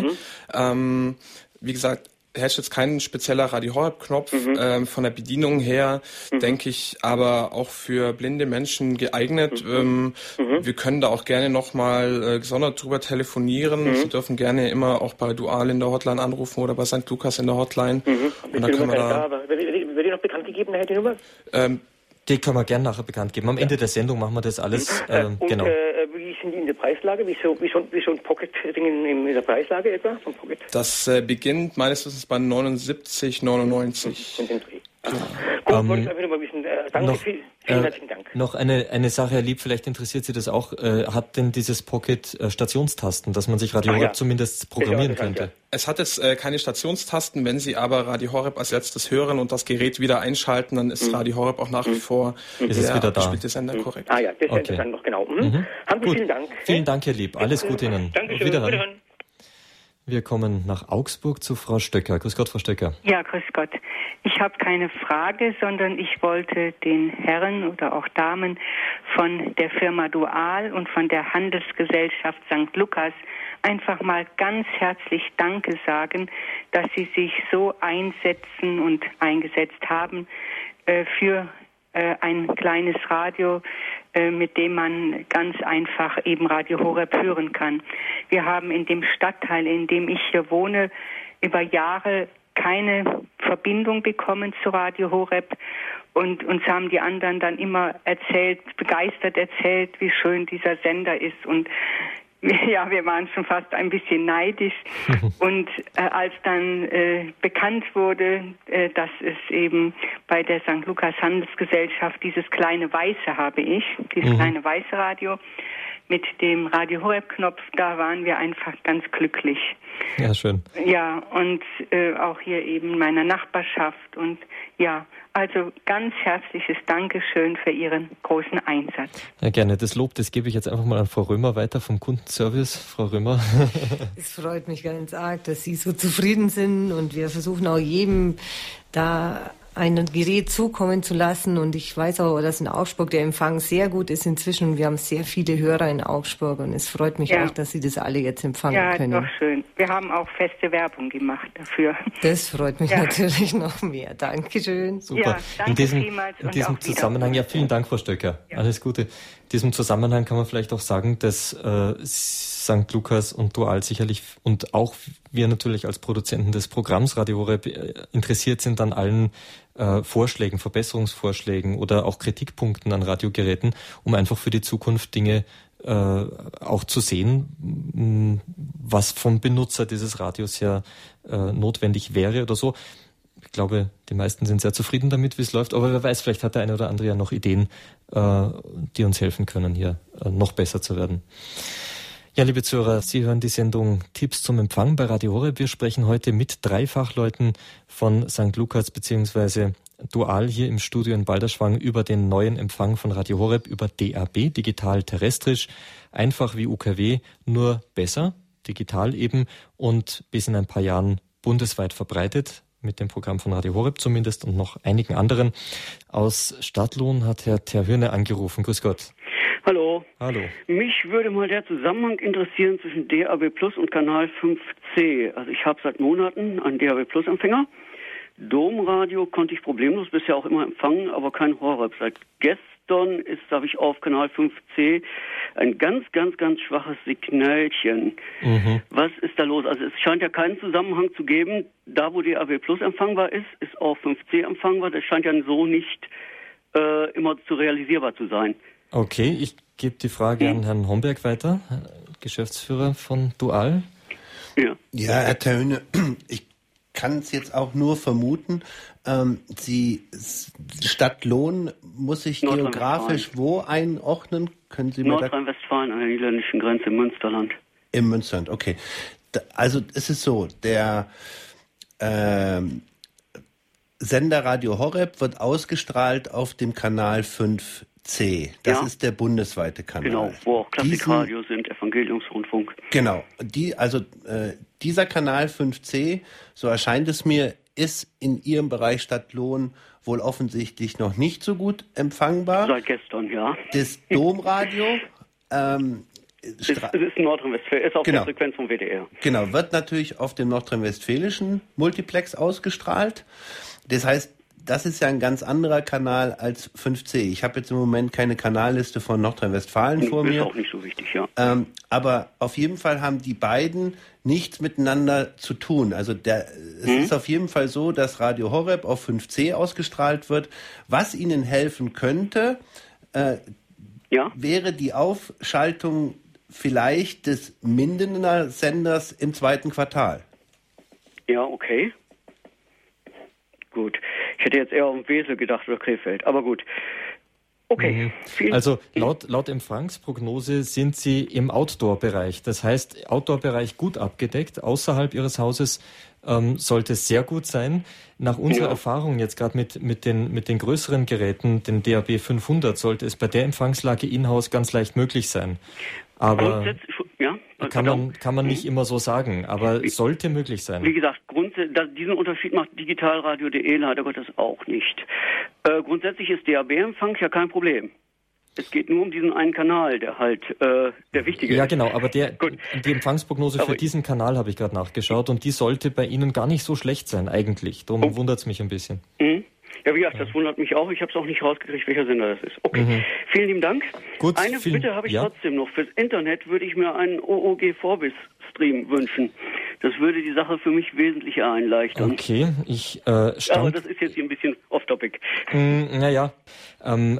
Wie gesagt, herrscht jetzt kein spezieller Radio Horeb-Knopf. Von der Bedienung her denke ich aber auch für blinde Menschen geeignet. Wir können da auch gerne nochmal gesondert drüber telefonieren. Sie dürfen gerne immer auch bei Dual in der Hotline anrufen oder bei St. Lukas in der Hotline. Und dann können wir da... Wird die noch bekannt gegeben, die Nummer? Die können wir gerne nachher bekannt geben. Am Ende der Sendung machen wir das alles. Genau. Wie sind die in der Preislage? Wie so ein Pocket-Ding in der Preislage etwa? Vom Pocket? Das beginnt meines Wissens bei 79,99. Gut, wollte ich einfach nur mal wissen. Danke, vielen herzlichen Dank. Noch eine Sache, Herr Lieb, vielleicht interessiert Sie das auch. Hat denn dieses Pocket Stationstasten, dass man sich Radio Horeb zumindest programmieren könnte? Ja. Es hat jetzt keine Stationstasten. Wenn Sie aber Radio Horeb als letztes hören und das Gerät wieder einschalten, dann ist Radio Horeb auch nach wie vor der gespielte Sender korrekt. Ah ja, das ist dann noch genau. Haben Sie vielen Dank. Vielen Dank, Herr Lieb. Alles Gute Ihnen. Dankeschön. Auf Wiederhören. Wir kommen nach Augsburg zu Frau Stöcker. Grüß Gott, Frau Stöcker. Ja, grüß Gott. Ich habe keine Frage, sondern ich wollte den Herren oder auch Damen von der Firma Dual und von der Handelsgesellschaft St. Lukas einfach mal ganz herzlich Danke sagen, dass sie sich so einsetzen und eingesetzt haben für ein kleines Radio, mit dem man ganz einfach eben Radio Horeb hören kann. Wir haben in dem Stadtteil, in dem ich hier wohne, über Jahre keine Verbindung bekommen zu Radio Horeb und uns haben die anderen dann immer begeistert erzählt, wie schön dieser Sender ist und Ja, wir waren schon fast ein bisschen neidisch. Und als dann bekannt wurde, dass es eben bei der St. Lukas Handelsgesellschaft dieses kleine kleine weiße Radio mit dem Radio Horeb-Knopf, da waren wir einfach ganz glücklich. Ja, schön. Ja, und auch hier eben in meiner Nachbarschaft. Und ja, also ganz herzliches Dankeschön für Ihren großen Einsatz. Ja, gerne. Das Lob, das gebe ich jetzt einfach mal an Frau Römer weiter vom Kundenservice. Frau Römer. Es freut mich ganz arg, dass Sie so zufrieden sind, und wir versuchen auch jedem da ein Gerät zukommen zu lassen, und ich weiß auch, dass in Augsburg der Empfang sehr gut ist inzwischen. Wir haben sehr viele Hörer in Augsburg, und es freut mich auch, dass Sie das alle jetzt empfangen können. Ja, doch schön. Wir haben auch feste Werbung gemacht dafür. Das freut mich natürlich noch mehr. Dankeschön. Super. Ja, danke in diesem wieder. Zusammenhang, ja, vielen Dank, Frau Stöcker. Ja. Alles Gute. In diesem Zusammenhang kann man vielleicht auch sagen, dass St. Lukas und Dual sicherlich und auch wir natürlich als Produzenten des Programms Radio Horeb interessiert sind an allen Vorschlägen, Verbesserungsvorschlägen oder auch Kritikpunkten an Radiogeräten, um einfach für die Zukunft Dinge auch zu sehen, was vom Benutzer dieses Radios ja notwendig wäre oder so. Ich glaube, die meisten sind sehr zufrieden damit, wie es läuft, aber wer weiß, vielleicht hat der eine oder andere ja noch Ideen, die uns helfen können, hier noch besser zu werden. Ja, liebe Zuhörer, Sie hören die Sendung Tipps zum Empfang bei Radio Horeb. Wir sprechen heute mit 3 Fachleuten von St. Lukas bzw. Dual hier im Studio in Balderschwang über den neuen Empfang von Radio Horeb über DAB, digital terrestrisch, einfach wie UKW, nur besser, digital eben und bis in ein paar Jahren bundesweit verbreitet, mit dem Programm von Radio Horeb zumindest und noch einigen anderen. Aus Stadtlohn hat Herr Terhöhne angerufen. Grüß Gott. Hallo. Hallo. Mich würde mal der Zusammenhang interessieren zwischen DAB Plus und Kanal 5C. Also ich habe seit Monaten einen DAB Plus Empfänger. Domradio konnte ich problemlos bisher auch immer empfangen, aber kein Horeb. Seit gestern habe ich auf Kanal 5C ein ganz, ganz, ganz schwaches Signalchen. Was ist da los? Also es scheint ja keinen Zusammenhang zu geben. Da, wo DAB Plus empfangbar ist, ist auch 5C empfangbar. Das scheint ja so nicht immer zu realisierbar zu sein. Okay, ich gebe die Frage an Herrn Homberg weiter, Geschäftsführer von Dual. Ja, Herr Terhöhne, ich kann es jetzt auch nur vermuten. Stadt Lohn muss sich geografisch wo einordnen? Können Sie mir Nordrhein-Westfalen an der niederländischen Grenze im Münsterland. Im Münsterland, okay. Also es ist so, der Sender Radio Horeb wird ausgestrahlt auf dem Kanal 5C. Das ist der bundesweite Kanal. Genau, wo auch Klassikradio sind, Evangeliumsrundfunk. Genau, dieser Kanal 5C, so erscheint es mir, ist in Ihrem Bereich Stadt Lohn wohl offensichtlich noch nicht so gut empfangbar. Seit gestern, ja. Das Domradio es ist Nordrhein-Westfalen, ist auf der Frequenz vom WDR. Genau, wird natürlich auf dem nordrhein-westfälischen Multiplex ausgestrahlt. Das heißt, das ist ja ein ganz anderer Kanal als 5C. Ich habe jetzt im Moment keine Kanalliste von Nordrhein-Westfalen vor mir. Ist auch nicht so wichtig, ja. Aber auf jeden Fall haben die beiden nichts miteinander zu tun. Also es ist auf jeden Fall so, dass Radio Horeb auf 5C ausgestrahlt wird. Was Ihnen helfen könnte, wäre die Aufschaltung vielleicht des Mindener Senders im 2. Quartal. Ja, okay. Gut. Ich hätte jetzt eher um Wesel gedacht oder Krefeld, aber gut. Okay. Also laut Empfangsprognose sind Sie im Outdoor-Bereich. Das heißt, Outdoor-Bereich gut abgedeckt. Außerhalb Ihres Hauses sollte es sehr gut sein. Nach unserer Erfahrung jetzt gerade mit den größeren Geräten, den DAB 500, sollte es bei der Empfangslage in-house ganz leicht möglich sein. Aber kann man nicht immer so sagen, aber es sollte möglich sein. Wie gesagt, diesen Unterschied macht digitalradio.de leider Gottes auch nicht. Grundsätzlich ist DAB-Empfang ja kein Problem. Es geht nur um diesen einen Kanal, der halt der wichtige ist. Ja, genau, aber die Empfangsprognose für diesen Kanal habe ich gerade nachgeschaut und die sollte bei Ihnen gar nicht so schlecht sein eigentlich. Darum wundert es mich ein bisschen. Ja, wie gesagt, das wundert mich auch. Ich habe es auch nicht rausgekriegt, welcher Sender das ist. Okay, vielen lieben Dank. Gut, eine Bitte habe ich trotzdem noch. Fürs Internet würde ich mir einen OOG Vorbis-Stream wünschen. Das würde die Sache für mich wesentlich erleichtern. Okay, aber das ist jetzt hier ein bisschen off-topic. Naja,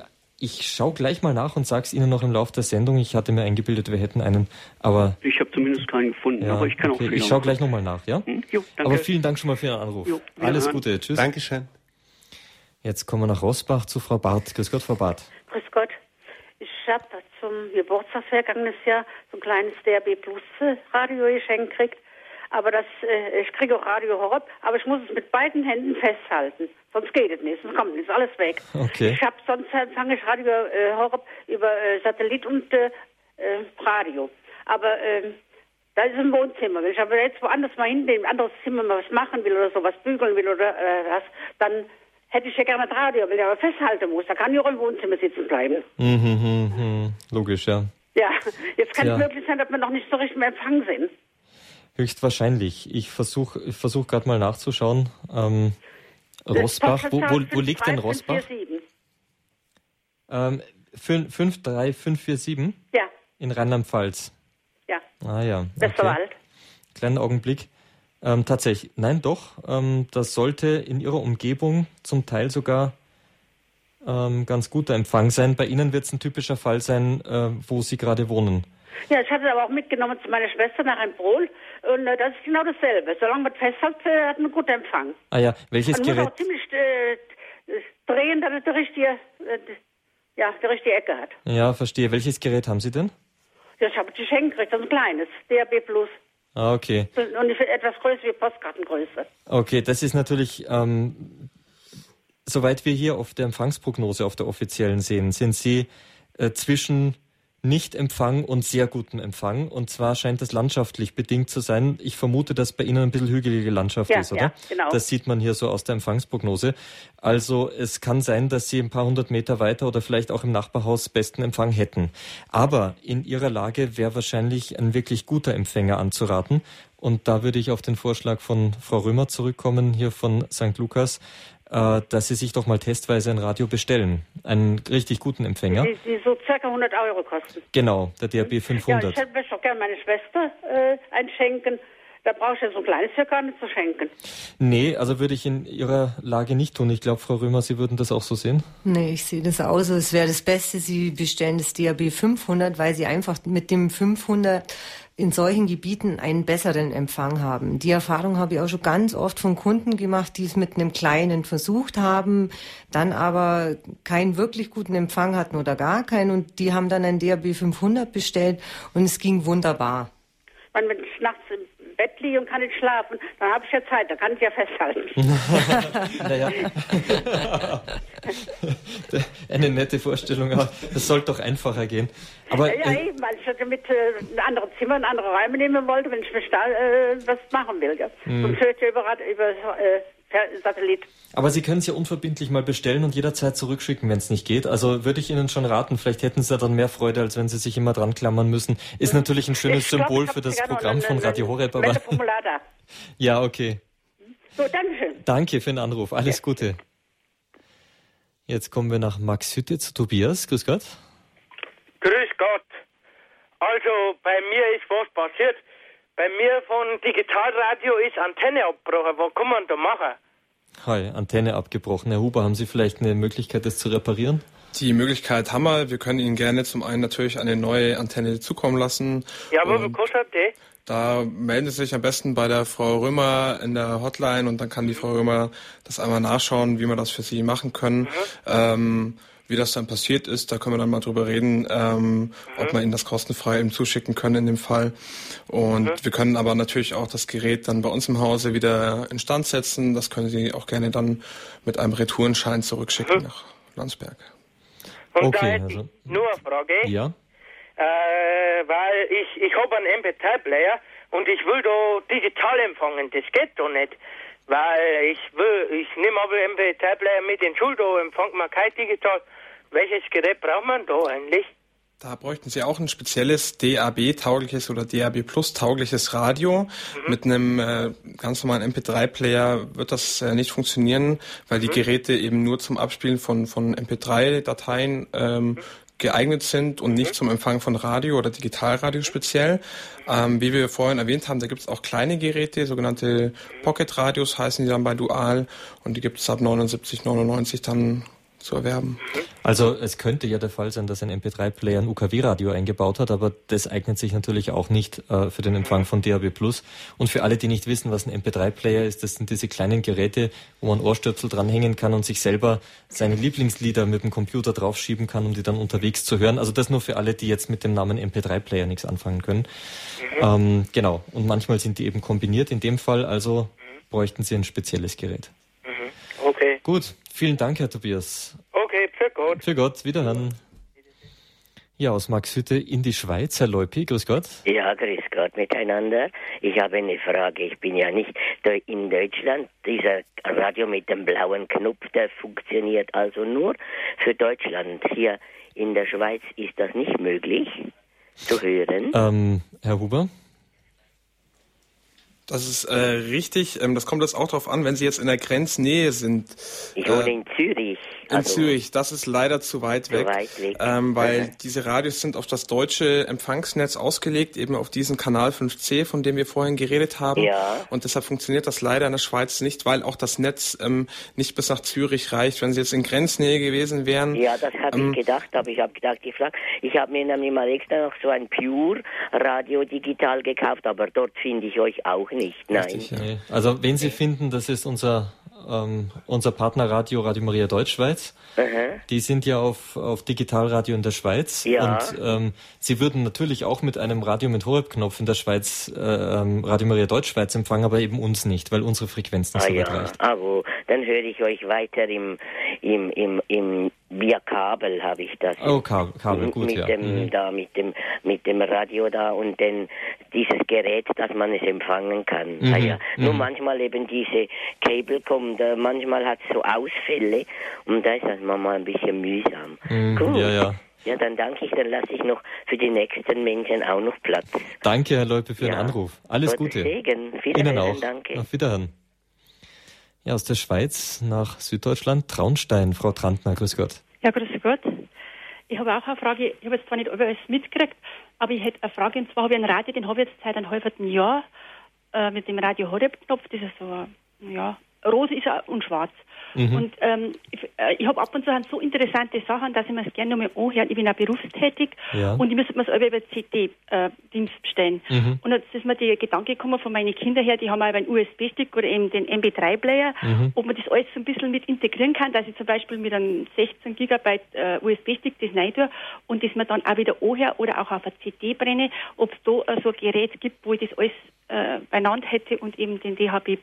Ich schaue gleich mal nach und sage es Ihnen noch im Laufe der Sendung. Ich hatte mir eingebildet, wir hätten einen, aber... Ich habe zumindest keinen gefunden, aber ich kann auch... Ich schaue gleich nochmal nach, ja? Jo, danke. Aber vielen Dank schon mal für Ihren Anruf. Jo, alles Gute, tschüss. Dankeschön. Jetzt kommen wir nach Rossbach zu Frau Barth. Grüß Gott, Frau Barth. Grüß Gott. Ich habe zum Geburtstag vergangenes Jahr so ein kleines DRB Plus Radio geschenkt gekriegt. Aber ich kriege auch Radio Horeb, aber ich muss es mit beiden Händen festhalten. Sonst geht es nicht, sonst kommt nicht, ist alles weg. Okay. Sonst fange ich Radio Horeb über Satellit und Radio. Aber da ist ein Wohnzimmer. Wenn ich aber jetzt woanders mal hin, in ein anderes Zimmer mal was machen will oder so, was bügeln will oder was, dann hätte ich ja gerne das Radio, weil ich aber festhalten muss. Da kann ich auch im Wohnzimmer sitzen bleiben. Logisch, ja. Ja, jetzt kann es möglich sein, dass wir noch nicht so richtig im Empfang sind. Höchstwahrscheinlich. Ich versuch gerade mal nachzuschauen. Rossbach, wo liegt denn Rossbach? 53547? Ja. In Rheinland-Pfalz? Ja. Ah ja. Okay. Westerwald. Kleinen Augenblick. Tatsächlich, nein doch, das sollte in Ihrer Umgebung zum Teil sogar ganz guter Empfang sein. Bei Ihnen wird es ein typischer Fall sein, wo Sie gerade wohnen. Ja, ich hatte aber auch mitgenommen zu meiner Schwester nach Rheinbrol und das ist genau dasselbe. Solange man festhält, hat man einen guten Empfang. Ah ja, welches man Gerät? Man muss auch ziemlich drehen, damit die richtige Ecke hat. Ja, verstehe. Welches Gerät haben Sie denn? Ja, ich habe ein Geschenk gekriegt, so ein kleines, DRB Plus. Ah, okay. Und etwas größer wie Postkartengröße. Okay, das ist natürlich, soweit wir hier auf der Empfangsprognose, auf der offiziellen sehen, sind Sie zwischen Nicht-Empfang und sehr gutem Empfang. Und zwar scheint das landschaftlich bedingt zu sein. Ich vermute, dass bei Ihnen ein bisschen hügelige Landschaft ist, oder? Ja, genau. Das sieht man hier so aus der Empfangsprognose. Also es kann sein, dass Sie ein paar hundert Meter weiter oder vielleicht auch im Nachbarhaus besten Empfang hätten. Aber in Ihrer Lage wäre wahrscheinlich ein wirklich guter Empfänger anzuraten. Und da würde ich auf den Vorschlag von Frau Römer zurückkommen, hier von St. Lukas, dass Sie sich doch mal testweise ein Radio bestellen. Einen richtig guten Empfänger. Die so circa 100 € kosten. Genau, der DRB 500. Ja, ich möchte doch gerne meine Schwester einschenken. Da brauche ich ja so ein kleines ja gar nicht zu schenken. Nee, also würde ich in Ihrer Lage nicht tun. Ich glaube, Frau Römer, Sie würden das auch so sehen? Nee, ich sehe das auch so. Es wäre das Beste, Sie bestellen das DRB 500, weil Sie einfach mit dem 500 in solchen Gebieten einen besseren Empfang haben. Die Erfahrung habe ich auch schon ganz oft von Kunden gemacht, die es mit einem kleinen versucht haben, dann aber keinen wirklich guten Empfang hatten oder gar keinen und die haben dann ein DRB 500 bestellt und es ging wunderbar. Wenn ich nachts im Bett liege und kann nicht schlafen, dann habe ich ja Zeit, da kann ich ja festhalten. Naja. Eine nette Vorstellung, aber das sollte doch einfacher gehen. Aber, ja, eben, weil ich mit ein anderes Zimmer, eine andere Räume nehmen wollte, wenn ich mich da was machen will. Ja. Und hört ja über Satellit. Aber Sie können es ja unverbindlich mal bestellen und jederzeit zurückschicken, wenn es nicht geht. Also würde ich Ihnen schon raten, vielleicht hätten Sie dann mehr Freude, als wenn Sie sich immer dran klammern müssen. Ist natürlich ein schönes Symbol für das Programm von Radio Horeb. Aber Formular da. Ja, okay. So, Dankeschön. Danke für den Anruf. Alles Gute. Jetzt kommen wir nach Maxhütte zu Tobias. Grüß Gott. Grüß Gott. Also bei mir ist was passiert. Bei mir von Digitalradio ist Antenne abgebrochen. Was kann man da machen? Hi, Antenne abgebrochen. Herr Huber, haben Sie vielleicht eine Möglichkeit, das zu reparieren? Die Möglichkeit haben wir. Wir können Ihnen gerne zum einen natürlich eine neue Antenne zukommen lassen. Ja, aber was kostet die? Da melden Sie sich am besten bei der Frau Römer in der Hotline und dann kann die Frau Römer das einmal nachschauen, wie wir das für Sie machen können. Wie das dann passiert ist, da können wir dann mal drüber reden, ob wir Ihnen das kostenfrei eben zuschicken können in dem Fall. Und wir können aber natürlich auch das Gerät dann bei uns im Hause wieder instand setzen. Das können Sie auch gerne dann mit einem Retourenschein zurückschicken nach Landsberg. Und okay, da hätte ich nur eine Frage. Ja. Weil ich habe einen MP3-Player und ich will da digital empfangen. Das geht doch nicht. Weil ich nehme aber MP3-Player mit in Schule, da empfangt man kein digital. Welches Gerät braucht man da eigentlich? Da bräuchten Sie auch ein spezielles DAB-taugliches oder DAB-Plus-taugliches Radio. Mit einem ganz normalen MP3-Player wird das nicht funktionieren, weil die Geräte eben nur zum Abspielen von MP3-Dateien geeignet sind und nicht zum Empfang von Radio oder Digitalradio speziell. Wie wir vorhin erwähnt haben, da gibt es auch kleine Geräte, sogenannte Pocket-Radios heißen die dann bei Dual und die gibt es ab 79,99 dann zu erwerben. Also es könnte ja der Fall sein, dass ein MP3-Player ein UKW-Radio eingebaut hat, aber das eignet sich natürlich auch nicht für den Empfang von DAB+. Und für alle, die nicht wissen, was ein MP3-Player ist, das sind diese kleinen Geräte, wo man Ohrstöpsel dranhängen kann und sich selber seine Lieblingslieder mit dem Computer draufschieben kann, um die dann unterwegs zu hören. Also das nur für alle, die jetzt mit dem Namen MP3-Player nichts anfangen können. Genau. Und manchmal sind die eben kombiniert. In dem Fall also bräuchten Sie ein spezielles Gerät. Okay. Gut. Vielen Dank, Herr Tobias. Okay, für Gott. Für Gott, wiederhören. Ja, aus Marxhütte in die Schweiz. Herr Leupi, grüß Gott. Ja, grüß Gott miteinander. Ich habe eine Frage. Ich bin ja nicht in Deutschland. Dieser Radio mit dem blauen Knopf, der funktioniert also nur für Deutschland. Hier in der Schweiz ist das nicht möglich zu hören. Herr Huber? Das ist richtig. Das kommt jetzt auch darauf an, wenn Sie jetzt in der Grenznähe sind. Ich wohne in Zürich. In Zürich. Das ist leider zu weit weg. Weil diese Radios sind auf das deutsche Empfangsnetz ausgelegt, eben auf diesen Kanal 5C, von dem wir vorhin geredet haben. Ja. Und deshalb funktioniert das leider in der Schweiz nicht, weil auch das Netz nicht bis nach Zürich reicht. Wenn Sie jetzt in Grenznähe gewesen wären. Ja, das habe ich gedacht, aber ich habe gedacht, ich habe mir nämlich mal extra noch so ein Pure Radio digital gekauft, aber dort finde ich euch auch nicht. Nein. Richtig, ja. Also wen Sie finden, das ist unser Partnerradio, Radio Maria Deutschschweiz. Die sind ja auf Digitalradio in der Schweiz. Ja. Und Sie würden natürlich auch mit einem Radio mit Horeb-Knopf in der Schweiz Radio Maria Deutschschweiz empfangen, aber eben uns nicht, weil unsere Frequenz nicht so weit reicht. Aber dann höre ich euch weiter via Kabel habe ich das. Oh, Kabel, gut, mit dem Radio da und dann dieses Gerät, dass man es empfangen kann. Nur manchmal eben diese Cable kommt, manchmal hat es so Ausfälle und da ist das manchmal ein bisschen mühsam. Gut. Ja, dann danke ich, dann lasse ich noch für die nächsten Menschen auch noch Platz. Danke, Herr Leupe, für den Anruf. Alles Gute. Segen. Ihnen auch. Danke. Auf Wiederhören. Ja, aus der Schweiz nach Süddeutschland, Traunstein. Frau Trantner, grüß Gott. Ja, grüß Gott. Ich habe auch eine Frage, ich habe jetzt zwar nicht alles mitgekriegt, aber ich hätte eine Frage, und zwar habe ich ein Radio, den habe ich jetzt seit einem halben Jahr mit dem Radio Horeb-Knopf, das ist so, rot ist und schwarz. Und ich habe ab und zu so interessante Sachen, dass ich mir das gerne nochmal anhöre. Ich bin auch berufstätig und ich müsste mir das über CD-Dienst bestellen. Und jetzt ist mir der Gedanke gekommen von meinen Kindern her, die haben auch einen USB-Stick oder eben den MP3-Player, ob man das alles so ein bisschen mit integrieren kann, dass ich zum Beispiel mit einem 16 GB USB-Stick das rein tue und das mir dann auch wieder anhöre oder auch auf eine CD brenne, ob es da so ein Gerät gibt, wo ich das alles beieinander hätte und eben den DAB+.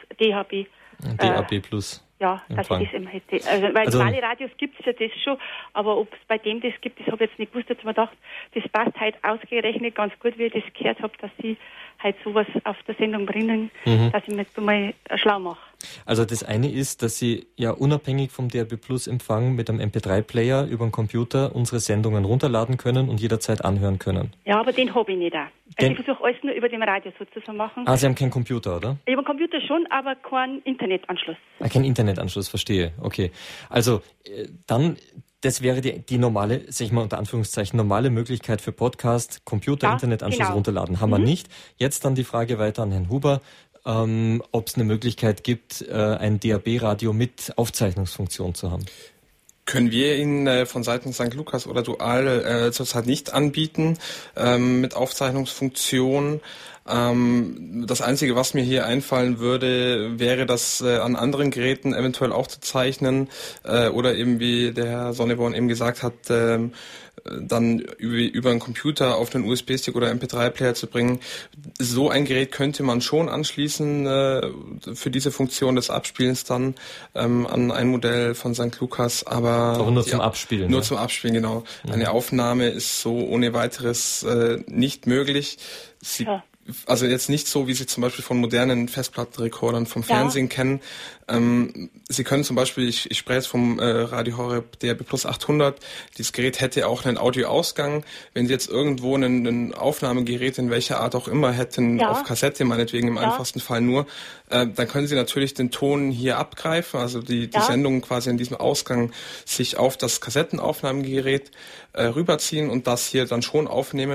Ja, dass ich das eben hätte. Also, weil normale Radios gibt es ja das schon, aber ob es bei dem das gibt, das habe ich jetzt nicht gewusst. Jetzt habe ich mir gedacht, das passt halt ausgerechnet ganz gut, wie ich das gehört habe, dass Sie halt sowas auf der Sendung bringen, dass ich mich mal schlau mache. Also das eine ist, dass Sie ja unabhängig vom DAB+ Empfang mit einem MP3-Player über den Computer unsere Sendungen runterladen können und jederzeit anhören können. Ja, aber den habe ich nicht auch. Also ich versuche alles nur über dem Radio sozusagen machen. Ah, Sie haben keinen Computer, oder? Ich habe einen Computer schon, aber keinen Internetanschluss. Ah, kein Internetanschluss, verstehe. Okay. Also dann, das wäre die normale, sag ich mal unter Anführungszeichen, normale Möglichkeit für Podcast, Computer, Internetanschluss runterladen. Haben wir nicht. Jetzt dann die Frage weiter an Herrn Huber, ob es eine Möglichkeit gibt, ein DAB-Radio mit Aufzeichnungsfunktion zu haben. Können wir Ihnen von Seiten St. Lukas oder Dual zurzeit nicht anbieten mit Aufzeichnungsfunktion. Das Einzige, was mir hier einfallen würde, wäre das an anderen Geräten eventuell auch zu zeichnen oder eben, wie der Herr Sonneborn eben gesagt hat, dann über einen Computer auf einen USB-Stick oder MP3-Player zu bringen. So ein Gerät könnte man schon anschließen für diese Funktion des Abspielens dann an ein Modell von St. Lukas, aber nur zum Abspielen. Nur zum Abspielen, genau. Eine Aufnahme ist so ohne weiteres nicht möglich. Also jetzt nicht so, wie Sie zum Beispiel von modernen Festplattenrekordern vom Fernsehen kennen. Sie können zum Beispiel, ich spreche jetzt vom Radio Horeb DAB+ 800, dieses Gerät hätte auch einen Audioausgang. Wenn Sie jetzt irgendwo ein Aufnahmegerät in welcher Art auch immer hätten, auf Kassette meinetwegen im einfachsten Fall nur, dann können Sie natürlich den Ton hier abgreifen, also die Sendung quasi in diesem Ausgang sich auf das Kassettenaufnahmegerät rüberziehen und das hier dann schon aufnehmen.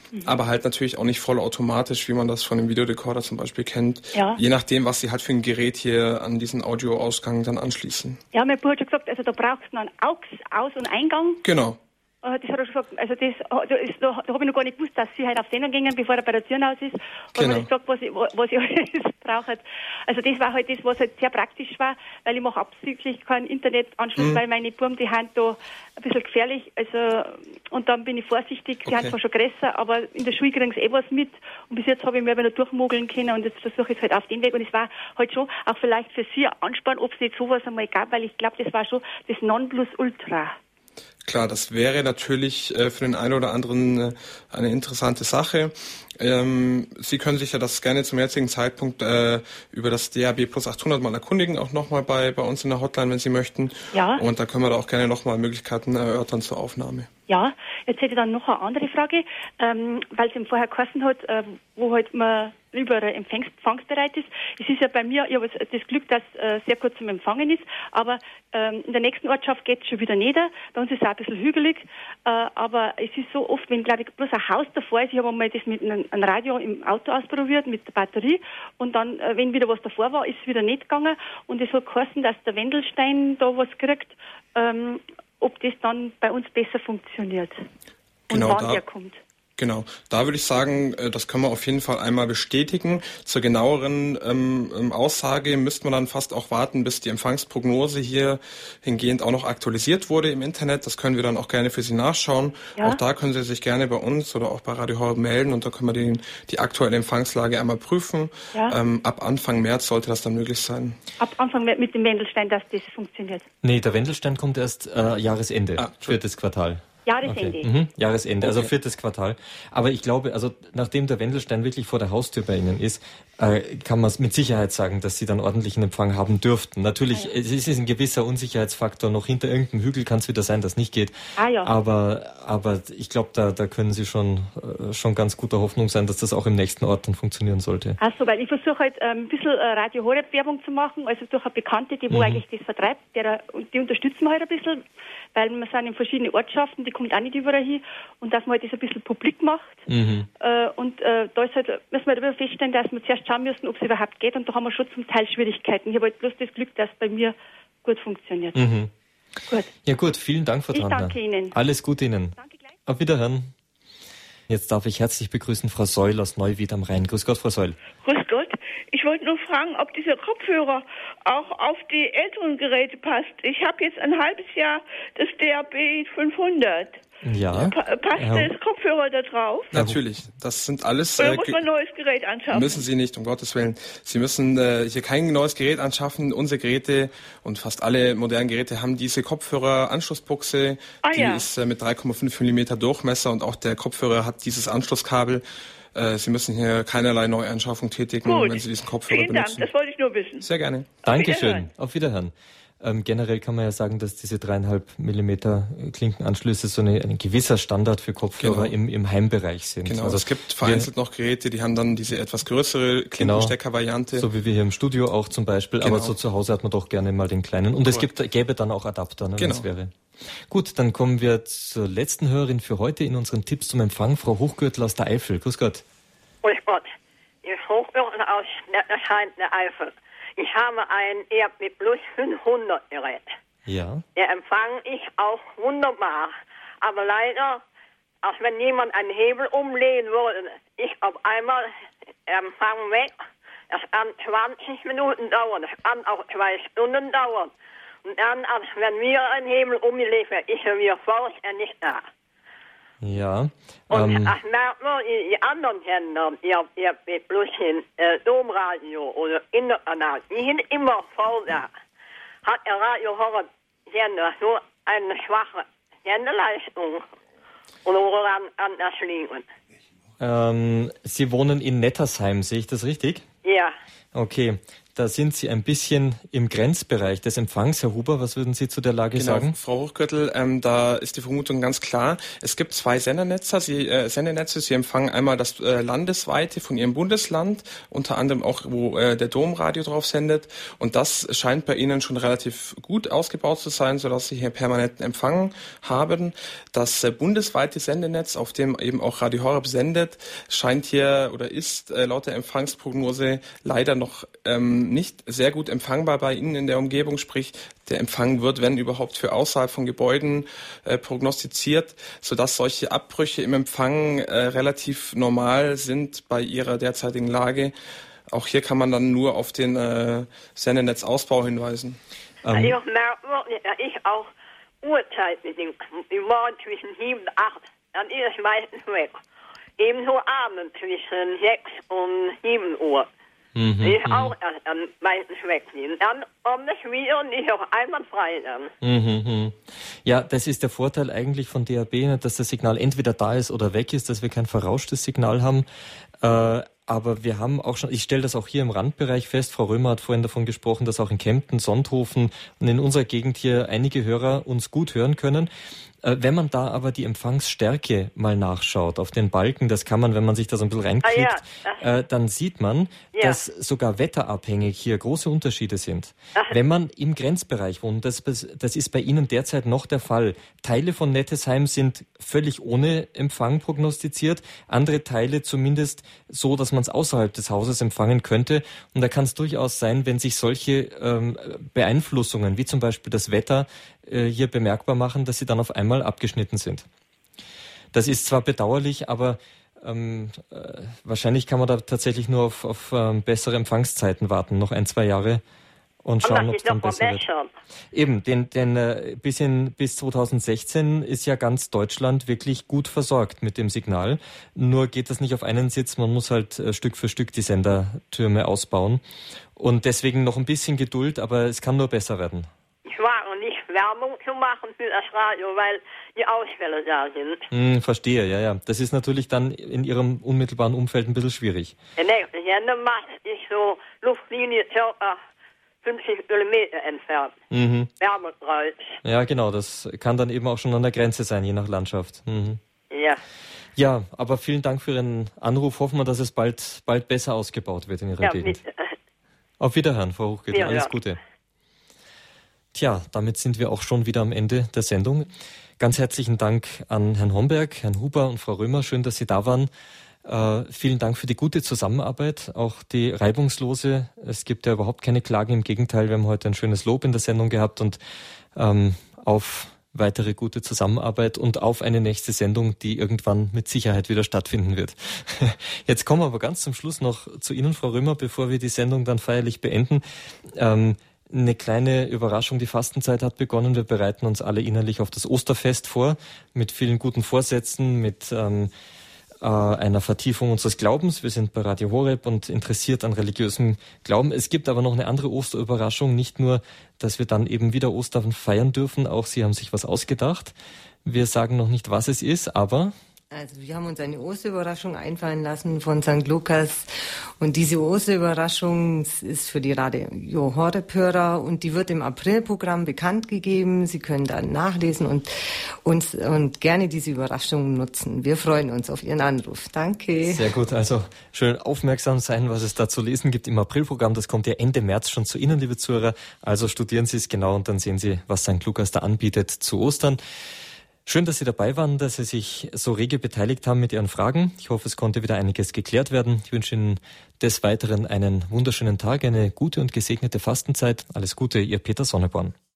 aber halt natürlich auch nicht vollautomatisch, wie man das von dem Videorekorder zum Beispiel kennt. Ja. Je nachdem, was Sie halt für ein Gerät hier an diesen Audioausgang dann anschließen. Ja, mein Bruder hat schon gesagt, also da brauchst du noch einen AUX-Aus- und Eingang. Genau. Das hat er schon gesagt, also da habe ich noch gar nicht gewusst, dass sie halt auf Sendung gingen, bevor er bei der Tür raus ist. Genau. Und gesagt, was ich alles brauche. Also das war halt das, was halt sehr praktisch war, weil ich mache absichtlich keinen Internetanschluss, weil meine Buben, die haben da ein bisschen gefährlich. Also, und dann bin ich vorsichtig, die haben zwar schon größer, aber in der Schule kriegen sie was mit. Und bis jetzt habe ich mir aber noch durchmogeln können und jetzt versuche ich es halt auf den Weg. Und es war halt schon auch vielleicht für sie ein Anspann, ob es nicht sowas einmal gab, weil ich glaube, das war schon das Nonplusultra. Klar, das wäre natürlich für den einen oder anderen eine interessante Sache. Sie können sich ja das gerne zum jetzigen Zeitpunkt über das DAB Plus 800 mal erkundigen, auch nochmal bei uns in der Hotline, wenn Sie möchten. Ja. Und da können wir da auch gerne nochmal Möglichkeiten erörtern zur Aufnahme. Ja, jetzt hätte ich dann noch eine andere Frage, weil es eben vorher geheißen hat, wo halt man überall empfangsbereit ist. Es ist ja bei mir, ich habe das Glück, dass sehr kurz zum Empfangen ist, aber in der nächsten Ortschaft geht es schon wieder nieder. Bei uns ist es auch ein bisschen hügelig, aber es ist so oft, wenn, glaube ich, bloß ein Haus davor ist, ich habe einmal das mit einem Radio im Auto ausprobiert, mit der Batterie, und dann, wenn wieder was davor war, ist es wieder nicht gegangen, und es hat geheißen, dass der Wendelstein da was kriegt, ob das dann bei uns besser funktioniert und wann der kommt. Genau, da würde ich sagen, das können wir auf jeden Fall einmal bestätigen. Zur genaueren Aussage müsste man dann fast auch warten, bis die Empfangsprognose hier hingehend auch noch aktualisiert wurde im Internet. Das können wir dann auch gerne für Sie nachschauen. Ja. Auch da können Sie sich gerne bei uns oder auch bei Radio Horeb melden, und da können wir die aktuelle Empfangslage einmal prüfen. Ja. Ab Anfang März sollte das dann möglich sein. Ab Anfang März mit dem Wendelstein, dass das funktioniert? Nee, der Wendelstein kommt erst Jahresende, viertes Quartal. Jahresende. Okay. Jahresende, also viertes Quartal. Aber ich glaube, also nachdem der Wendelstein wirklich vor der Haustür bei Ihnen ist, kann man es mit Sicherheit sagen, dass Sie dann ordentlichen Empfang haben dürften. Natürlich, es ist ein gewisser Unsicherheitsfaktor. Noch hinter irgendeinem Hügel kann es wieder sein, dass nicht geht. Aber ich glaube, da können Sie schon ganz guter Hoffnung sein, dass das auch im nächsten Ort dann funktionieren sollte. Ach so, weil ich versuche halt ein bisschen Radio Horeb Werbung zu machen, also durch eine Bekannte, die wo eigentlich das vertreibt, die unterstützen wir halt ein bisschen, weil wir sind in verschiedenen Ortschaften, die kommt auch nicht überall hin, und dass man halt das ein bisschen publik macht. Und da ist halt, müssen wir halt feststellen, dass wir zuerst schauen müssen, ob es überhaupt geht, und da haben wir schon zum Teil Schwierigkeiten. Ich habe halt bloß das Glück, dass es bei mir gut funktioniert. Gut. Ja gut, vielen Dank, Frau Trantner. Ich danke Ihnen. Alles Gute Ihnen. Danke gleich. Auf Wiederhören. Jetzt darf ich herzlich begrüßen Frau Seul aus Neuwied am Rhein. Grüß Gott, Frau Seul. Grüß Gott. Ich wollte nur fragen, ob dieser Kopfhörer auch auf die älteren Geräte passt. Ich habe jetzt ein halbes Jahr das DAB 500. Ja. Passt das Kopfhörer da drauf? Natürlich. Das sind alles... Oder muss man ein neues Gerät anschaffen? Müssen Sie nicht, um Gottes Willen. Sie müssen hier kein neues Gerät anschaffen. Unsere Geräte und fast alle modernen Geräte haben diese Kopfhörer-Anschlussbuchse. Die ist mit 3,5 mm Durchmesser, und auch der Kopfhörer hat dieses Anschlusskabel. Sie müssen hier keinerlei Neuanschaffung tätigen, wenn Sie diesen Kopfhörer benutzen. Vielen Dank, das wollte ich nur wissen. Sehr gerne. Dankeschön. Auf Wiederhören. Generell kann man ja sagen, dass diese 3,5 mm Klinkenanschlüsse so ein gewisser Standard für Kopfhörer im Heimbereich sind. Genau, also es gibt vereinzelt noch Geräte, die haben dann diese etwas größere Klinkenstecker-Variante. So wie wir hier im Studio auch zum Beispiel, aber so zu Hause hat man doch gerne mal den kleinen. Und es gäbe dann auch Adapter, wenn es wäre. Gut, dann kommen wir zur letzten Hörerin für heute in unseren Tipps zum Empfang, Frau Hochgürtel aus der Eifel. Grüß Gott. Grüß Gott. Ich bin Hochgürtel aus der Eifel. Ich habe ein ERB Plus 500 Gerät. Ja. Der Empfang ist auch wunderbar. Aber leider, auch wenn jemand einen Hebel umlegen würde, ist auf einmal der Empfang weg. Das kann 20 Minuten dauern, das kann auch 2 Stunden dauern. Und dann, wenn wir einen Hebel umgelegt wird, ist er wieder vollständig da. Ja. Und das merkt man in die anderen Sender, ihr bloß in Domradio oder Interkanal, die sind immer voll da. Hat der Radio Horeb Sender nur eine schwache Sendeleistung? Oder woran kann das liegen? Sie wohnen in Nettersheim, sehe ich das richtig? Ja. Okay. Da sind Sie ein bisschen im Grenzbereich des Empfangs. Herr Huber, was würden Sie zu der Lage sagen? Frau Hochgürtel, da ist die Vermutung ganz klar. Es gibt 2 Sendernetze. Sie empfangen einmal das landesweite von Ihrem Bundesland, unter anderem auch, wo der Domradio drauf sendet. Und das scheint bei Ihnen schon relativ gut ausgebaut zu sein, sodass Sie hier permanenten Empfang haben. Das bundesweite Sendenetz, auf dem eben auch Radio Horeb sendet, scheint hier oder ist laut der Empfangsprognose leider noch nicht sehr gut empfangbar bei Ihnen in der Umgebung, sprich der Empfang wird, wenn überhaupt, für außerhalb von Gebäuden prognostiziert, sodass solche Abbrüche im Empfang relativ normal sind bei Ihrer derzeitigen Lage. Auch hier kann man dann nur auf den Sendernetzausbau hinweisen. Ich merke, dass ich auch Uhrzeit mit dem Morgen zwischen 7 und 8, dann ist es meistens weg. Ebenso abends zwischen 6 und 7 Uhr. Ich auch meistens wegnehmen. Dann kommt es wieder und ich auch einwandfrei dann. Ja, das ist der Vorteil eigentlich von DAB, dass das Signal entweder da ist oder weg ist, dass wir kein verrauschtes Signal haben. Aber wir haben auch schon, ich stelle das auch hier im Randbereich fest, Frau Römer hat vorhin davon gesprochen, dass auch in Kempten, Sonthofen und in unserer Gegend hier einige Hörer uns gut hören können. Wenn man da aber die Empfangsstärke mal nachschaut auf den Balken, das kann man, wenn man sich da so ein bisschen reinklickt, dann sieht man, dass sogar wetterabhängig hier große Unterschiede sind. Wenn man im Grenzbereich wohnt, das ist bei Ihnen derzeit noch der Fall. Teile von Nettesheim sind völlig ohne Empfang prognostiziert, andere Teile zumindest so, dass man es außerhalb des Hauses empfangen könnte. Und da kann es durchaus sein, wenn sich solche Beeinflussungen, wie zum Beispiel das Wetter, hier bemerkbar machen, dass sie dann auf einmal abgeschnitten sind. Das ist zwar bedauerlich, aber wahrscheinlich kann man da tatsächlich nur auf bessere Empfangszeiten warten, noch 1-2 Jahre und schauen, ob es dann besser wird. Eben, bis 2016 ist ja ganz Deutschland wirklich gut versorgt mit dem Signal. Nur geht das nicht auf einen Sitz, man muss halt Stück für Stück die Sendertürme ausbauen. Und deswegen noch ein bisschen Geduld, aber es kann nur besser werden. Ich wage nicht, Werbung zu machen für das Radio, weil die Ausfälle da sind. Verstehe, ja. Das ist natürlich dann in Ihrem unmittelbaren Umfeld ein bisschen schwierig. Der nächste Sendemast ist so Luftlinie ca. 50 Kilometer entfernt. Wärmekreuz. Ja, genau, das kann dann eben auch schon an der Grenze sein, je nach Landschaft. Ja, aber vielen Dank für Ihren Anruf. Hoffen wir, dass es bald besser ausgebaut wird in Ihrer Gegend. Bitte. Auf Wiederhören, Frau Hochgürtel. Alles Gute. Tja, damit sind wir auch schon wieder am Ende der Sendung. Ganz herzlichen Dank an Herrn Homberg, Herrn Huber und Frau Römer. Schön, dass Sie da waren. Vielen Dank für die gute Zusammenarbeit, auch die reibungslose. Es gibt ja überhaupt keine Klagen, im Gegenteil, wir haben heute ein schönes Lob in der Sendung gehabt und auf weitere gute Zusammenarbeit und auf eine nächste Sendung, die irgendwann mit Sicherheit wieder stattfinden wird. Jetzt kommen wir aber ganz zum Schluss noch zu Ihnen, Frau Römer, bevor wir die Sendung dann feierlich beenden. Eine kleine Überraschung, die Fastenzeit hat begonnen. Wir bereiten uns alle innerlich auf das Osterfest vor, mit vielen guten Vorsätzen, mit einer Vertiefung unseres Glaubens. Wir sind bei Radio Horeb und interessiert an religiösem Glauben. Es gibt aber noch eine andere Osterüberraschung. Nicht nur, dass wir dann eben wieder Ostern feiern dürfen, auch Sie haben sich was ausgedacht. Wir sagen noch nicht, was es ist, aber... Also wir haben uns eine Osterüberraschung einfallen lassen von St. Lukas und diese Osterüberraschung ist für die Radio Horeb-Hörer und die wird im Aprilprogramm bekannt gegeben. Sie können dann nachlesen und gerne diese Überraschung nutzen. Wir freuen uns auf Ihren Anruf. Danke. Sehr gut, also schön aufmerksam sein, was es da zu lesen gibt im Aprilprogramm. Das kommt ja Ende März schon zu Ihnen, liebe Zuhörer. Also studieren Sie es genau und dann sehen Sie, was St. Lukas da anbietet zu Ostern. Schön, dass Sie dabei waren, dass Sie sich so rege beteiligt haben mit Ihren Fragen. Ich hoffe, es konnte wieder einiges geklärt werden. Ich wünsche Ihnen des Weiteren einen wunderschönen Tag, eine gute und gesegnete Fastenzeit. Alles Gute, Ihr Peter Sonneborn.